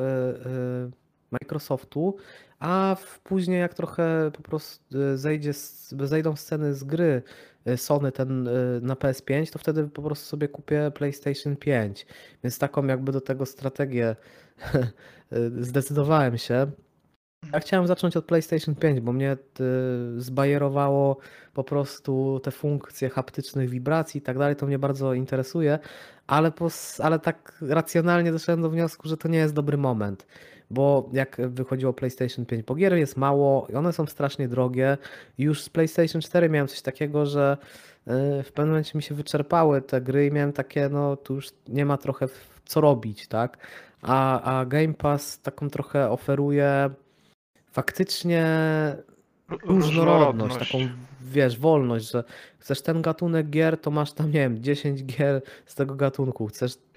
[SPEAKER 1] Microsoftu, a później jak trochę po prostu zejdą sceny z gry Sony na PS5, to wtedy po prostu sobie kupię PlayStation 5. Więc taką jakby do tego strategię zdecydowałem się. Ja chciałem zacząć od PlayStation 5, bo mnie zbajerowało po prostu te funkcje haptycznych wibracji i tak dalej, to mnie bardzo interesuje, ale tak racjonalnie doszedłem do wniosku, że to nie jest dobry moment, bo jak wychodziło PlayStation 5, bo gier jest mało i one są strasznie drogie. I już z PlayStation 4 miałem coś takiego, że w pewnym momencie mi się wyczerpały te gry i miałem takie, no tu już nie ma trochę co robić, tak? A Game Pass taką trochę oferuje faktycznie różnorodność, taką
[SPEAKER 2] Różnorodność.
[SPEAKER 1] wiesz, wolność, że chcesz ten gatunek gier, to masz tam, nie wiem, 10 gier z tego gatunku. Chcesz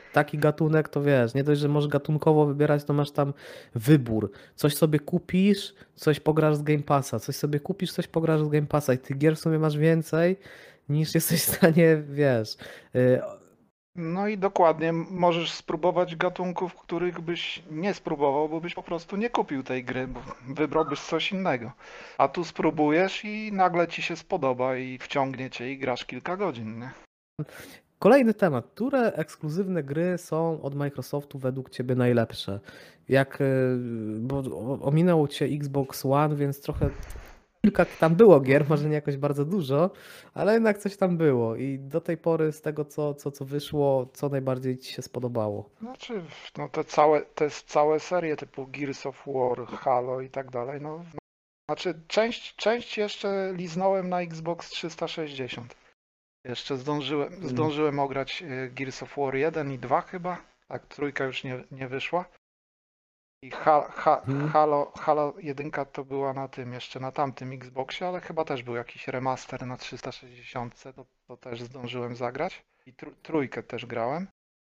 [SPEAKER 1] taki gatunek, to wiesz, nie dość, że możesz gatunkowo wybierać, to masz tam wybór. Coś sobie kupisz, coś pograsz z Game Passa, coś sobie kupisz, coś pograsz z Game Passa i tych gier w sumie masz więcej niż jesteś w stanie, wiesz. y,
[SPEAKER 2] No i dokładnie możesz spróbować gatunków, których byś nie spróbował, bo byś po prostu nie kupił tej gry, bo wybrałbyś coś innego. A tu spróbujesz i nagle ci się spodoba i wciągnie cię i grasz kilka godzin, nie?
[SPEAKER 1] Kolejny temat. Które ekskluzywne gry są od Microsoftu według Ciebie najlepsze? Bo ominął Cię Xbox One, więc trochę kilka tam było gier, może nie jakoś bardzo dużo, ale jednak coś tam było. I do tej pory z tego, co wyszło, co najbardziej Ci się spodobało?
[SPEAKER 2] Znaczy, no te całe serie typu Gears of War, Halo i tak dalej, no. Znaczy, część jeszcze liznąłem na Xbox 360. Jeszcze zdążyłem ograć Gears of War 1 i 2 chyba. Tak, trójka już nie wyszła. I Halo 1 to była na tym, jeszcze na tamtym Xboxie, ale chyba też był jakiś remaster na 360, to też zdążyłem zagrać. I trójkę też grałem.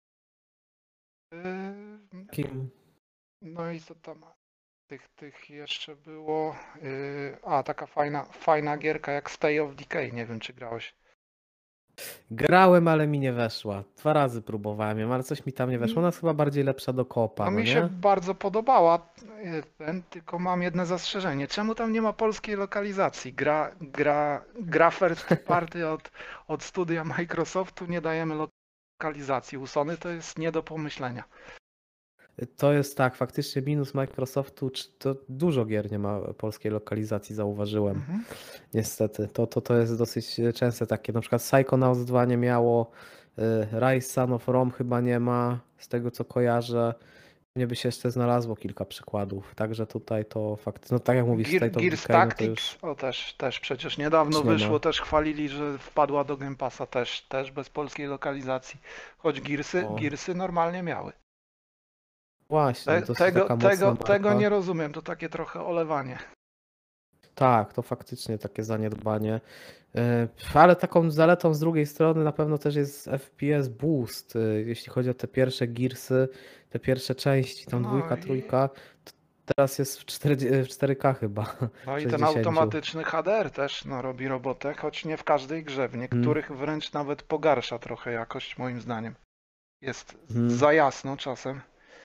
[SPEAKER 1] Kim?
[SPEAKER 2] No i co tam? Tych jeszcze było. Taka fajna gierka jak Stay of Decay. Nie wiem, czy grałeś.
[SPEAKER 1] Grałem, ale mi nie weszła. 2 razy próbowałem ją, ale coś mi tam nie weszło. Ona jest chyba bardziej lepsza do kopa,
[SPEAKER 2] No
[SPEAKER 1] no
[SPEAKER 2] mi się
[SPEAKER 1] nie?
[SPEAKER 2] bardzo podobała, tylko mam jedno zastrzeżenie. Czemu tam nie ma polskiej lokalizacji? Gra first party od studia Microsoftu, nie dajemy lokalizacji. U Sony to jest nie do pomyślenia.
[SPEAKER 1] To jest tak, faktycznie minus Microsoftu, to dużo gier nie ma polskiej lokalizacji, zauważyłem.
[SPEAKER 2] Mhm.
[SPEAKER 1] Niestety, to jest dosyć częste takie. Na przykład Psychonauts 2 nie miało, Rise Son of Rome chyba nie ma, z tego co kojarzę. Mnie by się jeszcze znalazło kilka przykładów. Także tutaj to faktycznie, no tak jak mówisz, State of
[SPEAKER 2] Gears
[SPEAKER 1] Decay, no to
[SPEAKER 2] Tactics,
[SPEAKER 1] już
[SPEAKER 2] też przecież niedawno
[SPEAKER 1] nie ma.
[SPEAKER 2] wyszło, też chwalili, że wpadła do Game Passa, też bez polskiej lokalizacji. Choć
[SPEAKER 1] O,
[SPEAKER 2] Gearsy normalnie miały.
[SPEAKER 1] właśnie, dosyć taka mocna
[SPEAKER 2] Tego
[SPEAKER 1] marka.
[SPEAKER 2] nie rozumiem, to takie trochę olewanie.
[SPEAKER 1] Tak, to faktycznie takie zaniedbanie. Ale taką zaletą z drugiej strony na pewno też jest FPS boost. Jeśli chodzi o te pierwsze Gearsy, te pierwsze części, tam
[SPEAKER 2] No
[SPEAKER 1] dwójka,
[SPEAKER 2] i,
[SPEAKER 1] trójka, to teraz jest w 4K chyba,
[SPEAKER 2] no i ten
[SPEAKER 1] 60.
[SPEAKER 2] automatyczny HDR też robi robotę, choć nie w każdej grze. W
[SPEAKER 1] Mhm,
[SPEAKER 2] niektórych wręcz nawet pogarsza trochę jakość, moim zdaniem. Jest
[SPEAKER 1] mhm.
[SPEAKER 2] za jasno czasem,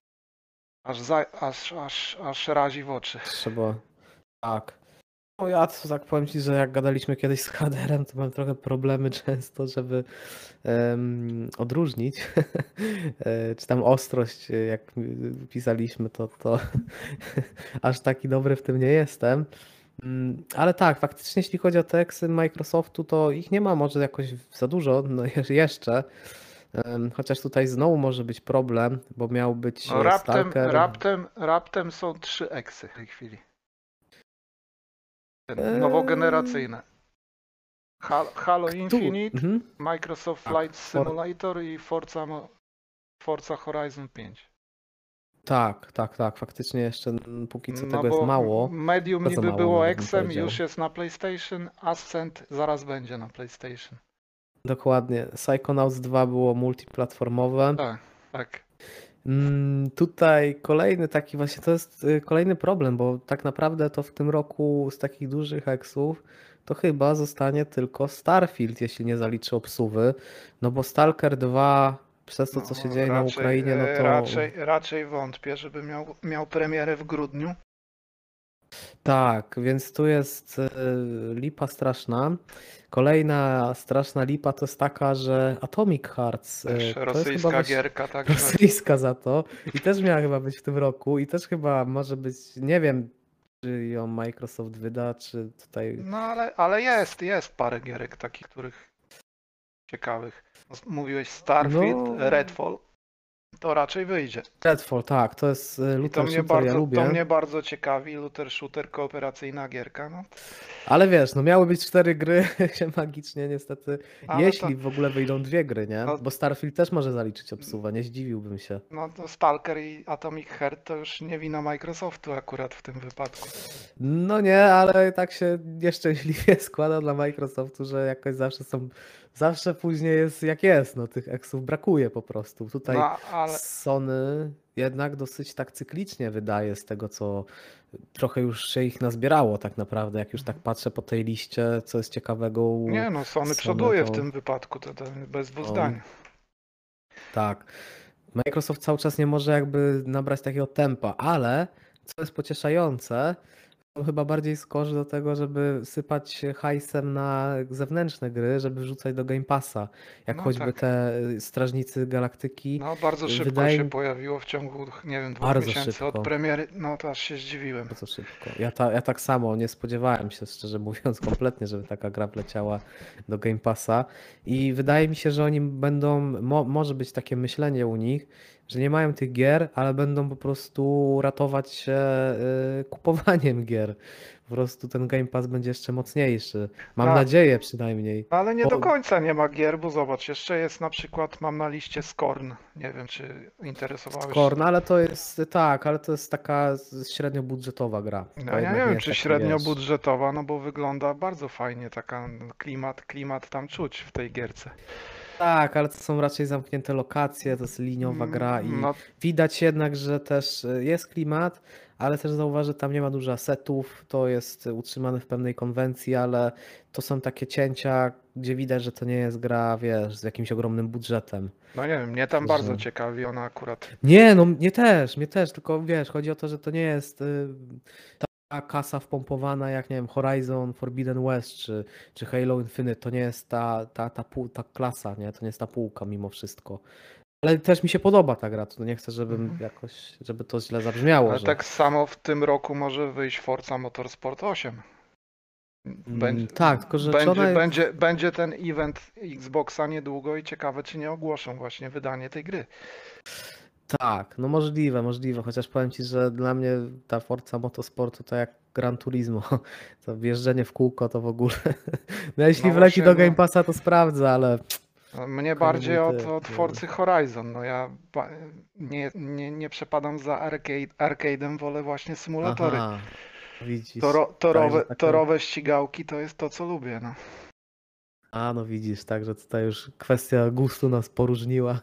[SPEAKER 2] aż razi w oczy.
[SPEAKER 1] Trzeba, tak. No ja to tak powiem Ci, że jak gadaliśmy kiedyś z HDR-em, to mam trochę problemy często, żeby odróżnić, czy tam ostrość, jak pisaliśmy, to aż taki dobry w tym nie jestem. Ale tak, faktycznie jeśli chodzi o te eksy Microsoftu, to ich nie ma może jakoś za dużo, no jeszcze. Chociaż tutaj znowu może być problem, bo miał być
[SPEAKER 2] No
[SPEAKER 1] Stalker.
[SPEAKER 2] raptem są 3 eksy w tej chwili.
[SPEAKER 1] Eee,
[SPEAKER 2] Nowogeneracyjne. Halo Infinite,
[SPEAKER 1] Mhm.
[SPEAKER 2] Microsoft
[SPEAKER 1] Tak,
[SPEAKER 2] Flight Simulator i Forza Horizon 5.
[SPEAKER 1] tak, faktycznie jeszcze póki co
[SPEAKER 2] No
[SPEAKER 1] tego jest
[SPEAKER 2] bo
[SPEAKER 1] mało,
[SPEAKER 2] Medium
[SPEAKER 1] bardzo
[SPEAKER 2] niby
[SPEAKER 1] mało
[SPEAKER 2] było
[SPEAKER 1] nawet bym
[SPEAKER 2] Xem,
[SPEAKER 1] powiedział.
[SPEAKER 2] już jest na PlayStation, Ascent zaraz będzie na PlayStation.
[SPEAKER 1] Dokładnie, Psychonauts 2 było multiplatformowe.
[SPEAKER 2] Tak, tak.
[SPEAKER 1] Tutaj kolejny taki właśnie, to jest kolejny problem, bo tak naprawdę to w tym roku z takich dużych eksów to chyba zostanie tylko Starfield, jeśli nie zaliczy obsuwy, no bo Stalker 2 przez to, co się dzieje na Ukrainie, no to
[SPEAKER 2] Raczej wątpię, żeby miał premierę w grudniu.
[SPEAKER 1] tak, więc tu jest lipa straszna. Kolejna straszna lipa to jest taka, że Atomic Hearts
[SPEAKER 2] Też
[SPEAKER 1] to jest chyba
[SPEAKER 2] rosyjska gierka, także.
[SPEAKER 1] rosyjska za to i też miała chyba być w tym roku i też chyba może być, nie wiem, czy ją Microsoft wyda, czy tutaj...
[SPEAKER 2] No ale jest parę gierek takich, których ciekawych. Mówiłeś Starfield,
[SPEAKER 1] No,
[SPEAKER 2] Redfall, to raczej wyjdzie.
[SPEAKER 1] Redfall, tak, to jest
[SPEAKER 2] I
[SPEAKER 1] looter shooter, ja
[SPEAKER 2] to
[SPEAKER 1] lubię.
[SPEAKER 2] mnie bardzo ciekawi, looter shooter, kooperacyjna gierka, no.
[SPEAKER 1] Ale wiesz, no miały być 4 gry, się magicznie niestety,
[SPEAKER 2] Ale to,
[SPEAKER 1] jeśli w ogóle wyjdą 2 gry, nie?
[SPEAKER 2] no,
[SPEAKER 1] Bo Starfield też może zaliczyć obsuwę, nie zdziwiłbym się.
[SPEAKER 2] no to Stalker i Atomic Heart to już nie wina Microsoftu akurat w tym wypadku.
[SPEAKER 1] No nie, ale tak się nieszczęśliwie składa dla Microsoftu, że jakoś zawsze są zawsze później jest jak jest, no tych eksów brakuje po prostu. Tutaj
[SPEAKER 2] No ale
[SPEAKER 1] Sony jednak dosyć tak cyklicznie wydaje z tego, co trochę już się ich nazbierało tak naprawdę. Jak już tak patrzę po tej liście, co jest ciekawego u
[SPEAKER 2] nie no, Sony
[SPEAKER 1] Sony,
[SPEAKER 2] przoduje w
[SPEAKER 1] to
[SPEAKER 2] tym wypadku, to bez dwóch
[SPEAKER 1] no,
[SPEAKER 2] zdań.
[SPEAKER 1] tak. Microsoft cały czas nie może jakby nabrać takiego tempa, ale co jest pocieszające, to chyba bardziej skądś do tego, żeby sypać hajsem na zewnętrzne gry, żeby wrzucać do Game Passa. Jak
[SPEAKER 2] No
[SPEAKER 1] choćby
[SPEAKER 2] tak.
[SPEAKER 1] te Strażnicy Galaktyki.
[SPEAKER 2] No bardzo szybko
[SPEAKER 1] Wydaje
[SPEAKER 2] się
[SPEAKER 1] mi
[SPEAKER 2] pojawiło w ciągu, nie wiem, 2
[SPEAKER 1] bardzo
[SPEAKER 2] miesięcy od
[SPEAKER 1] szybko.
[SPEAKER 2] premiery. No to aż się zdziwiłem.
[SPEAKER 1] Bardzo szybko. Ja tak samo nie spodziewałem się, szczerze mówiąc, kompletnie, żeby taka gra wleciała do Game Passa. I wydaje mi się, że oni będą, może być takie myślenie u nich, że nie mają tych gier, ale będą po prostu ratować się kupowaniem gier. Po prostu ten Game Pass będzie jeszcze mocniejszy. Mam
[SPEAKER 2] A,
[SPEAKER 1] nadzieję przynajmniej.
[SPEAKER 2] ale nie do
[SPEAKER 1] Bo
[SPEAKER 2] końca nie ma gier, bo zobacz, jeszcze jest na przykład, mam na liście Scorn. Nie wiem, czy interesowałeś się.
[SPEAKER 1] Scorn, ale to jest tak, ale to jest taka średnio budżetowa gra.
[SPEAKER 2] No
[SPEAKER 1] To
[SPEAKER 2] ja nie
[SPEAKER 1] jednak nie
[SPEAKER 2] wiem,
[SPEAKER 1] jest
[SPEAKER 2] czy
[SPEAKER 1] taki,
[SPEAKER 2] średnio
[SPEAKER 1] wiesz.
[SPEAKER 2] budżetowa, no bo wygląda bardzo fajnie, taka klimat tam czuć w tej gierce.
[SPEAKER 1] Tak, ale to są raczej zamknięte lokacje, to jest liniowa gra i
[SPEAKER 2] No,
[SPEAKER 1] widać jednak, że też jest klimat, ale też zauważ, że tam nie ma dużo asetów, to jest utrzymane w pewnej konwencji, ale to są takie cięcia, gdzie widać, że to nie jest gra, wiesz, z jakimś ogromnym budżetem.
[SPEAKER 2] no nie wiem, mnie tam bardzo
[SPEAKER 1] Że...
[SPEAKER 2] ciekawi ona akurat.
[SPEAKER 1] Nie, no mnie też, tylko wiesz, chodzi o to, że to nie jest ta kasa wpompowana jak, nie wiem, Horizon Forbidden West czy Halo Infinite, to nie jest ta klasa, nie? To nie jest ta półka mimo wszystko. Ale też mi się podoba ta gra, to nie chcę, żebym
[SPEAKER 2] Mhm.
[SPEAKER 1] jakoś, żeby to źle zabrzmiało,
[SPEAKER 2] Ale
[SPEAKER 1] że
[SPEAKER 2] tak samo w tym roku może wyjść Forza Motorsport 8.
[SPEAKER 1] tak, tylko że czy ona jest...
[SPEAKER 2] Będzie ten event Xboxa niedługo i ciekawe, czy nie ogłoszą właśnie wydanie tej gry.
[SPEAKER 1] Tak, no możliwe, chociaż powiem Ci, że dla mnie ta Forza Motorsportu to jak Gran Turismo, to wjeżdżenie w kółko to w ogóle, no jeśli
[SPEAKER 2] No
[SPEAKER 1] wleci
[SPEAKER 2] właśnie,
[SPEAKER 1] do Game
[SPEAKER 2] no,
[SPEAKER 1] Passa to sprawdzę, ale
[SPEAKER 2] mnie
[SPEAKER 1] trochę nie
[SPEAKER 2] bardziej
[SPEAKER 1] mój
[SPEAKER 2] od,
[SPEAKER 1] typ.
[SPEAKER 2] od Forcy Horizon. No ja nie przepadam za arcade'em, wolę właśnie symulatory.
[SPEAKER 1] Aha, widzisz, także taka...
[SPEAKER 2] Torowe ścigałki to jest to, co lubię. No.
[SPEAKER 1] A, no widzisz, także tutaj już kwestia gustu nas poróżniła.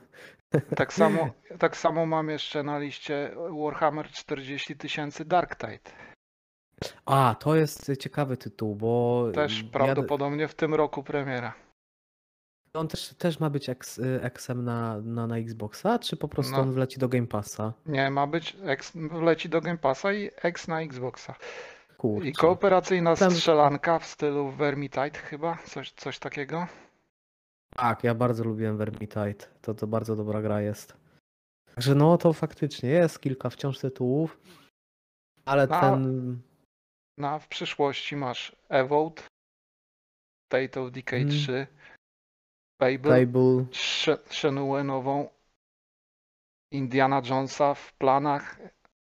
[SPEAKER 2] Tak samo mam jeszcze na liście Warhammer 40 000 Dark Tide.
[SPEAKER 1] A, to jest ciekawy tytuł, bo
[SPEAKER 2] Też prawdopodobnie w tym roku premiera.
[SPEAKER 1] on też ma być eksem na Xboxa, czy po prostu
[SPEAKER 2] No,
[SPEAKER 1] on wleci do Game Passa?
[SPEAKER 2] nie, ma być, leci do Game Passa i X na Xboxa. I
[SPEAKER 1] Kurczę.
[SPEAKER 2] kooperacyjna
[SPEAKER 1] Tam,
[SPEAKER 2] strzelanka w stylu Vermintide chyba, coś takiego.
[SPEAKER 1] tak, ja bardzo lubiłem Vermintide, to bardzo dobra gra jest. Także no to faktycznie jest kilka wciąż tytułów, ale
[SPEAKER 2] No,
[SPEAKER 1] ten...
[SPEAKER 2] a w przyszłości masz Evolt, State of Decay 3, Fable,
[SPEAKER 1] Fable,
[SPEAKER 2] Shenmue nową, Indiana Jonesa w planach.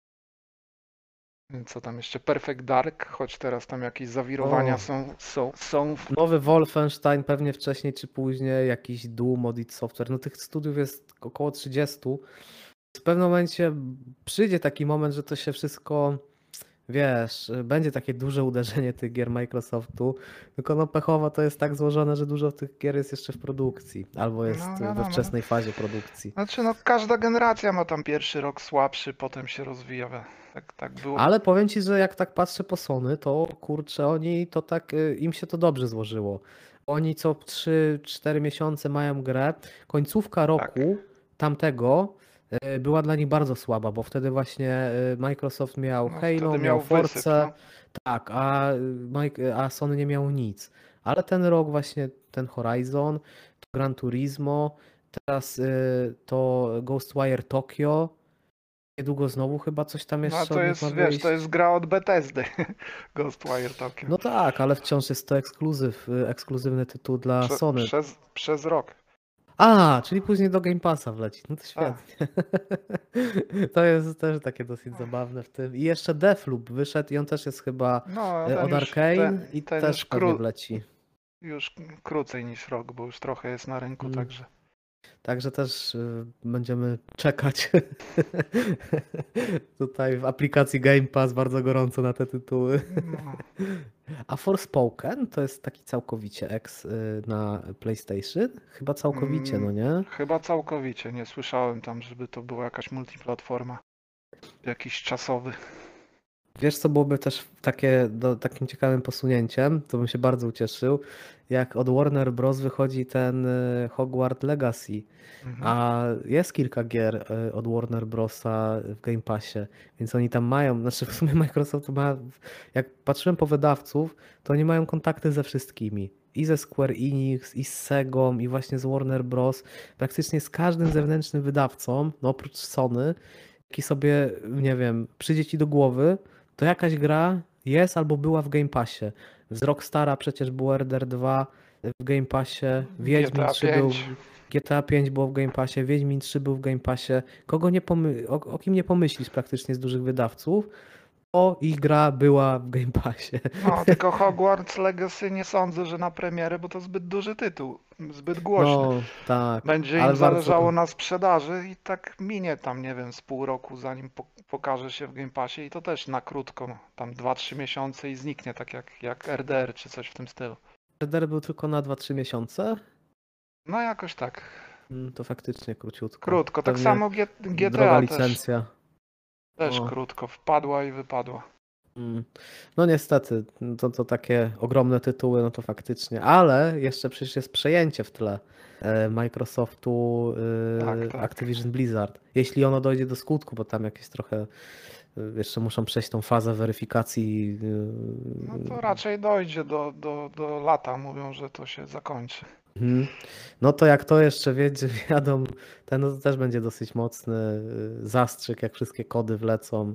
[SPEAKER 2] Co tam jeszcze? Perfect Dark, choć teraz tam jakieś zawirowania
[SPEAKER 1] o,
[SPEAKER 2] są.
[SPEAKER 1] nowy Wolfenstein pewnie wcześniej czy później, jakiś Doom od id Software, no tych studiów jest około 30. W pewnym momencie przyjdzie taki moment, że to się wszystko, wiesz, będzie takie duże uderzenie tych gier Microsoftu, tylko no pechowo to jest tak złożone, że dużo tych gier jest jeszcze w produkcji, albo
[SPEAKER 2] No
[SPEAKER 1] jest we
[SPEAKER 2] wiadomo.
[SPEAKER 1] wczesnej fazie produkcji.
[SPEAKER 2] Znaczy no każda generacja ma tam pierwszy rok słabszy, potem się rozwija. Tak było.
[SPEAKER 1] Ale powiem Ci, że jak tak patrzę po Sony, to kurczę, oni to tak, im się to dobrze złożyło. Oni co 3-4 miesiące mają grę. Końcówka
[SPEAKER 2] Tak.
[SPEAKER 1] roku tamtego była dla nich bardzo słaba, bo wtedy właśnie Microsoft miał
[SPEAKER 2] No,
[SPEAKER 1] Halo,
[SPEAKER 2] wtedy
[SPEAKER 1] miał
[SPEAKER 2] miał wysyp,
[SPEAKER 1] Force,
[SPEAKER 2] no.
[SPEAKER 1] tak, a Sony nie miało nic. Ale ten rok właśnie, ten Horizon, to Gran Turismo, teraz to Ghostwire Tokyo, niedługo znowu chyba coś tam
[SPEAKER 2] No a
[SPEAKER 1] jeszcze
[SPEAKER 2] to
[SPEAKER 1] od nich ma
[SPEAKER 2] jest, wiesz, to
[SPEAKER 1] wyjść.
[SPEAKER 2] jest gra od Bethesdy, Ghostwire Tokyo.
[SPEAKER 1] No tak, ale wciąż jest to ekskluzywny tytuł dla Sony.
[SPEAKER 2] Przez rok.
[SPEAKER 1] A, czyli później do Game Passa wleci. No to
[SPEAKER 2] A,
[SPEAKER 1] świetnie. To jest też takie dosyć zabawne w tym. I jeszcze Deathloop wyszedł i on też jest chyba
[SPEAKER 2] no
[SPEAKER 1] od
[SPEAKER 2] ten już,
[SPEAKER 1] Arkane i
[SPEAKER 2] ten
[SPEAKER 1] też
[SPEAKER 2] już,
[SPEAKER 1] pewnie wleci.
[SPEAKER 2] już krócej niż rok, bo już trochę jest na rynku,
[SPEAKER 1] Mm.
[SPEAKER 2] także.
[SPEAKER 1] Także też będziemy czekać tutaj w aplikacji Game Pass bardzo gorąco na te tytuły.
[SPEAKER 2] No.
[SPEAKER 1] A Forspoken to jest taki całkowicie X na PlayStation? Chyba całkowicie, no nie?
[SPEAKER 2] Chyba całkowicie. Nie słyszałem tam, żeby to była jakaś multiplatforma. Jakiś czasowy.
[SPEAKER 1] Wiesz, co byłoby też takim ciekawym posunięciem, to bym się bardzo ucieszył, jak od Warner Bros. Wychodzi ten Hogwarts Legacy,
[SPEAKER 2] Mhm.
[SPEAKER 1] a jest kilka gier od Warner Brosa w Game Passie, więc oni tam mają, znaczy w sumie Microsoft ma, jak patrzyłem po wydawców, to oni mają kontakty ze wszystkimi. I ze Square Enix, i z Segą, i właśnie z Warner Bros. Praktycznie z każdym zewnętrznym wydawcą, no oprócz Sony, jaki sobie, nie wiem, przyjdzie ci do głowy, to jakaś gra jest albo była w Game Passie. Z Rockstara przecież było RDR 2 w Game Passie, Wiedźmin
[SPEAKER 2] GTA
[SPEAKER 1] 3 był,
[SPEAKER 2] 5.
[SPEAKER 1] GTA 5 było w Game Passie, Wiedźmin 3 był w Game Passie. O kim nie pomyślisz praktycznie z dużych wydawców, o ich gra była w Game Passie.
[SPEAKER 2] No, tylko Hogwarts Legacy nie sądzę, że na premierę, bo to zbyt duży tytuł, zbyt głośny.
[SPEAKER 1] No tak,
[SPEAKER 2] Będzie
[SPEAKER 1] ale
[SPEAKER 2] im
[SPEAKER 1] bardzo.
[SPEAKER 2] zależało na sprzedaży i tak minie tam, nie wiem, z pół roku, zanim pokaże się w Game Passie i to też na krótko, tam 2-3 miesiące i zniknie, tak jak RDR czy coś w tym stylu.
[SPEAKER 1] RDR był tylko na 2-3 miesiące.
[SPEAKER 2] No jakoś tak,
[SPEAKER 1] To faktycznie króciutko.
[SPEAKER 2] krótko. Tak
[SPEAKER 1] Pewnie
[SPEAKER 2] samo
[SPEAKER 1] droga
[SPEAKER 2] GTA
[SPEAKER 1] licencja.
[SPEAKER 2] też
[SPEAKER 1] O.
[SPEAKER 2] krótko, wpadła i wypadła.
[SPEAKER 1] No niestety, to takie ogromne tytuły, no to faktycznie, ale jeszcze przecież jest przejęcie w tle Microsoftu,
[SPEAKER 2] Tak.
[SPEAKER 1] Activision Blizzard. Jeśli ono dojdzie do skutku, bo tam jakieś trochę jeszcze muszą przejść tą fazę weryfikacji.
[SPEAKER 2] No to raczej dojdzie do lata, mówią, że to się zakończy.
[SPEAKER 1] No to jak to jeszcze wiadomo, ten no to też będzie dosyć mocny zastrzyk, jak wszystkie kody wlecą.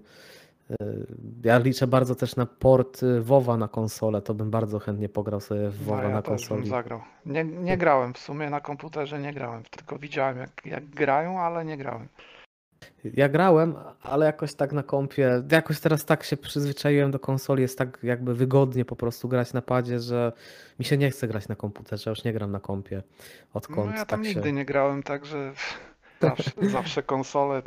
[SPEAKER 1] Ja liczę bardzo też na port WoWa na konsolę, to bym bardzo chętnie pograł sobie w
[SPEAKER 2] No
[SPEAKER 1] WoWa
[SPEAKER 2] ja
[SPEAKER 1] na
[SPEAKER 2] też bym
[SPEAKER 1] konsoli.
[SPEAKER 2] zagrał. Nie grałem w sumie na komputerze, nie grałem, tylko widziałem jak grają, ale nie grałem.
[SPEAKER 1] Ja grałem, ale jakoś tak na kompie, jakoś teraz tak się przyzwyczaiłem do konsoli, jest tak jakby wygodnie po prostu grać na padzie, że mi się nie chce grać na komputerze, ja już nie gram na kompie.
[SPEAKER 2] No
[SPEAKER 1] Odkąd
[SPEAKER 2] ja tam
[SPEAKER 1] tak się...
[SPEAKER 2] nigdy nie grałem, także zawsze konsole.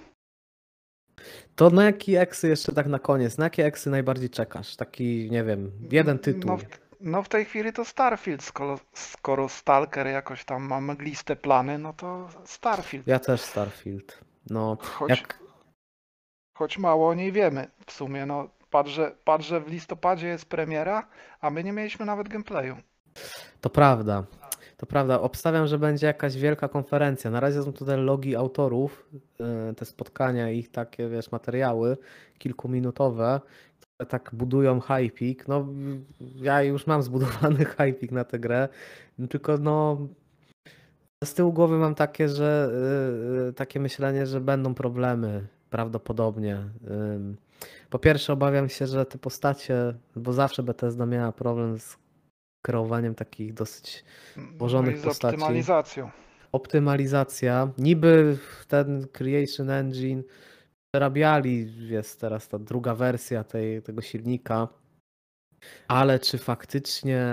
[SPEAKER 1] To na jakie eksy jeszcze tak na koniec, na jakie eksy najbardziej czekasz? Taki, nie wiem, jeden tytuł.
[SPEAKER 2] No w tej chwili to Starfield, skoro Stalker jakoś tam ma mgliste plany, no to Starfield.
[SPEAKER 1] Ja też Starfield. No,
[SPEAKER 2] Choć mało o niej wiemy w sumie, no patrzę w listopadzie jest premiera, a my nie mieliśmy nawet gameplayu.
[SPEAKER 1] To prawda. To prawda, obstawiam, że będzie jakaś wielka konferencja. Na razie są tutaj logi autorów, te spotkania, ich takie, wiesz, materiały kilkuminutowe, które tak budują hypik. No, ja już mam zbudowany hypik na tę grę, tylko no, z tyłu głowy mam takie, że takie myślenie, że będą problemy prawdopodobnie. Po pierwsze obawiam się, że te postacie, bo zawsze Bethesda miała problem z kreowaniem takich dosyć
[SPEAKER 2] No
[SPEAKER 1] złożonych
[SPEAKER 2] i z
[SPEAKER 1] postaci.
[SPEAKER 2] optymalizacją.
[SPEAKER 1] Optymalizacja. Niby w ten Creation Engine przerabiali, jest teraz ta druga wersja tego silnika, ale czy faktycznie,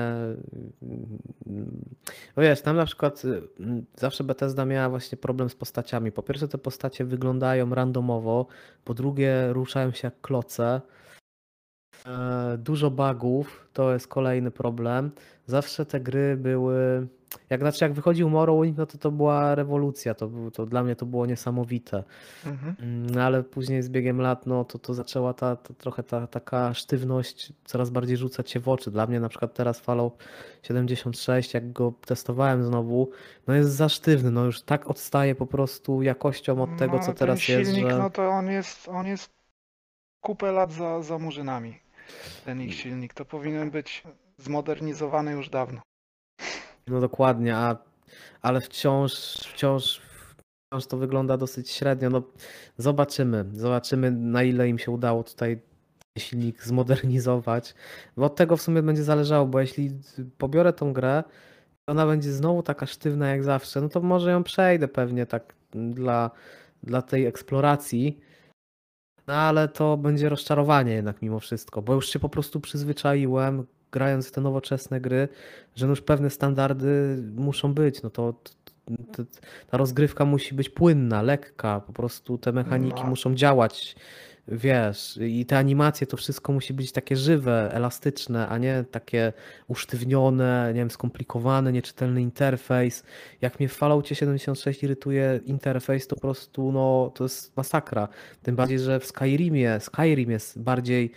[SPEAKER 1] no wiesz, tam na przykład zawsze Bethesda miała właśnie problem z postaciami. Po pierwsze te postacie wyglądają randomowo, po drugie ruszają się jak kloce. Dużo bugów, to jest kolejny problem. Zawsze te gry były, jak wychodził Morrowind, no to była rewolucja, to dla mnie to było niesamowite.
[SPEAKER 2] Mhm.
[SPEAKER 1] No ale później z biegiem lat, no to zaczęła trochę taka sztywność coraz bardziej rzucać się w oczy. Dla mnie na przykład teraz Fallout 76, jak go testowałem znowu, no jest za sztywny, no już tak odstaje po prostu jakością od tego,
[SPEAKER 2] No,
[SPEAKER 1] co
[SPEAKER 2] ten
[SPEAKER 1] teraz jest,
[SPEAKER 2] silnik,
[SPEAKER 1] że...
[SPEAKER 2] no to on jest kupę lat za murzynami. Ten ich silnik to powinien być zmodernizowany już dawno.
[SPEAKER 1] No dokładnie, ale wciąż to wygląda dosyć średnio. No, zobaczymy na ile im się udało tutaj silnik zmodernizować. Bo od tego w sumie będzie zależało, bo jeśli pobiorę tą grę, ona będzie znowu taka sztywna jak zawsze, no to może ją przejdę pewnie tak dla tej eksploracji. No ale to będzie rozczarowanie jednak mimo wszystko, bo już się po prostu przyzwyczaiłem, grając w te nowoczesne gry, że no już pewne standardy muszą być. No ta rozgrywka musi być płynna, lekka, po prostu te mechaniki
[SPEAKER 2] No,
[SPEAKER 1] muszą działać wiesz, i te animacje, to wszystko musi być takie żywe, elastyczne, a nie takie usztywnione, nie wiem, skomplikowane, nieczytelny interfejs. Jak mnie w Falloutie 76 irytuje interfejs, to po prostu, no, to jest masakra. Tym bardziej, że w Skyrim jest bardziej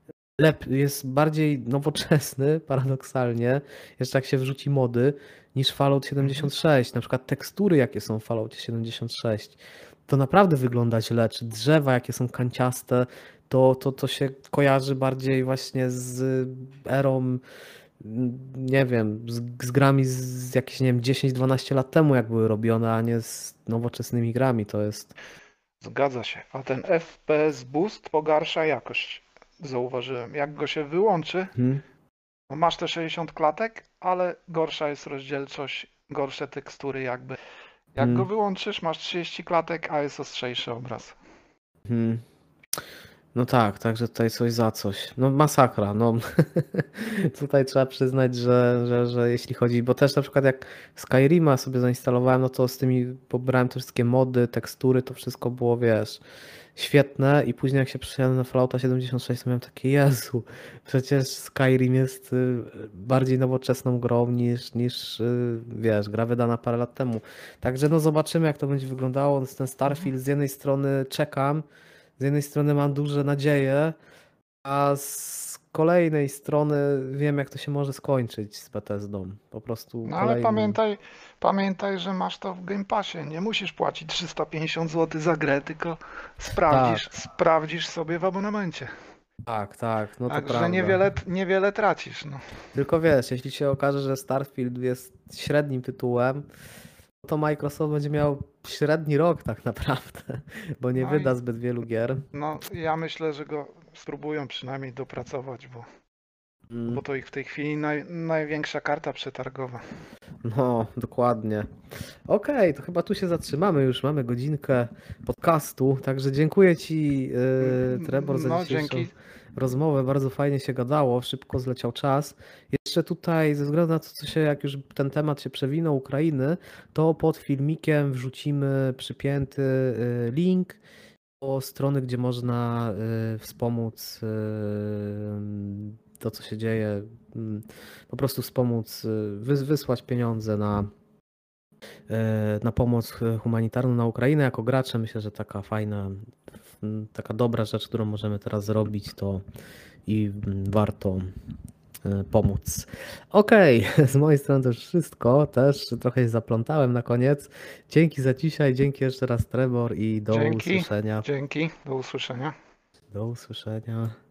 [SPEAKER 1] jest bardziej nowoczesny, paradoksalnie, jeszcze jak się wrzuci mody, niż Fallout
[SPEAKER 2] Mhm.
[SPEAKER 1] 76. Na przykład tekstury, jakie są w Falloutie 76, to naprawdę wygląda źle, czy drzewa, jakie są kanciaste, to się kojarzy bardziej właśnie z erą, nie wiem, z grami z jakieś, nie wiem, 10-12 lat temu, jak były robione, a nie z nowoczesnymi grami. To jest...
[SPEAKER 2] Zgadza się. A ten FPS Boost pogarsza jakość. Zauważyłem. Jak go się wyłączy,
[SPEAKER 1] Hmm?
[SPEAKER 2] no masz te 60 klatek, ale gorsza jest rozdzielczość, gorsze tekstury jakby. Jak go
[SPEAKER 1] Hmm?
[SPEAKER 2] wyłączysz, masz 30 klatek, a jest ostrzejszy obraz.
[SPEAKER 1] Hmm. No tak, także tutaj coś za coś. No masakra, no tutaj trzeba przyznać, że jeśli chodzi, bo też na przykład jak Skyrima sobie zainstalowałem, no to z tymi pobrałem te wszystkie mody, tekstury, to wszystko było, wiesz, świetne i później jak się przesiadłem na Fallouta 76, to miałem takie, Jezu, przecież Skyrim jest bardziej nowoczesną grą niż wiesz, gra wydana parę lat temu. Także no zobaczymy, jak to będzie wyglądało. Ten Starfield, z jednej strony czekam, z jednej strony mam duże nadzieje, a z kolejnej strony wiem, jak to się może skończyć z Bethesdą. Po prostu
[SPEAKER 2] No ale
[SPEAKER 1] kolejnym.
[SPEAKER 2] pamiętaj, że masz to w Game Passie. Nie musisz płacić 350 zł za grę, tylko
[SPEAKER 1] Tak,
[SPEAKER 2] sprawdzisz sobie w abonamencie.
[SPEAKER 1] tak, no to
[SPEAKER 2] Także
[SPEAKER 1] prawda.
[SPEAKER 2] niewiele tracisz. No.
[SPEAKER 1] Tylko wiesz, jeśli się okaże, że Starfield jest średnim tytułem, to Microsoft będzie miał średni rok tak naprawdę, bo nie
[SPEAKER 2] No i
[SPEAKER 1] wyda zbyt wielu gier.
[SPEAKER 2] no, ja myślę, że go spróbują przynajmniej dopracować,
[SPEAKER 1] Mm,
[SPEAKER 2] bo to ich w tej chwili największa karta przetargowa.
[SPEAKER 1] No, dokładnie. Okej, to chyba tu się zatrzymamy już. Mamy godzinkę podcastu, także dziękuję Ci, Trebor, za
[SPEAKER 2] No,
[SPEAKER 1] dzisiejszą
[SPEAKER 2] dzięki.
[SPEAKER 1] rozmowę. Bardzo fajnie się gadało, szybko zleciał czas. Jeszcze tutaj, ze względu na to, co się, jak już ten temat się przewinął, Ukrainy, to pod filmikiem wrzucimy przypięty link do strony, gdzie można wspomóc to, co się dzieje, po prostu wspomóc, wysłać pieniądze na pomoc humanitarną na Ukrainę. Jako gracze myślę, że taka fajna, taka dobra rzecz, którą możemy teraz zrobić, to i warto pomóc. Okej, z mojej strony to już wszystko. Też trochę się zaplątałem na koniec. Dzięki za dzisiaj, dzięki jeszcze raz, Trebor, i do usłyszenia.
[SPEAKER 2] Dzięki. Do usłyszenia.
[SPEAKER 1] Do usłyszenia.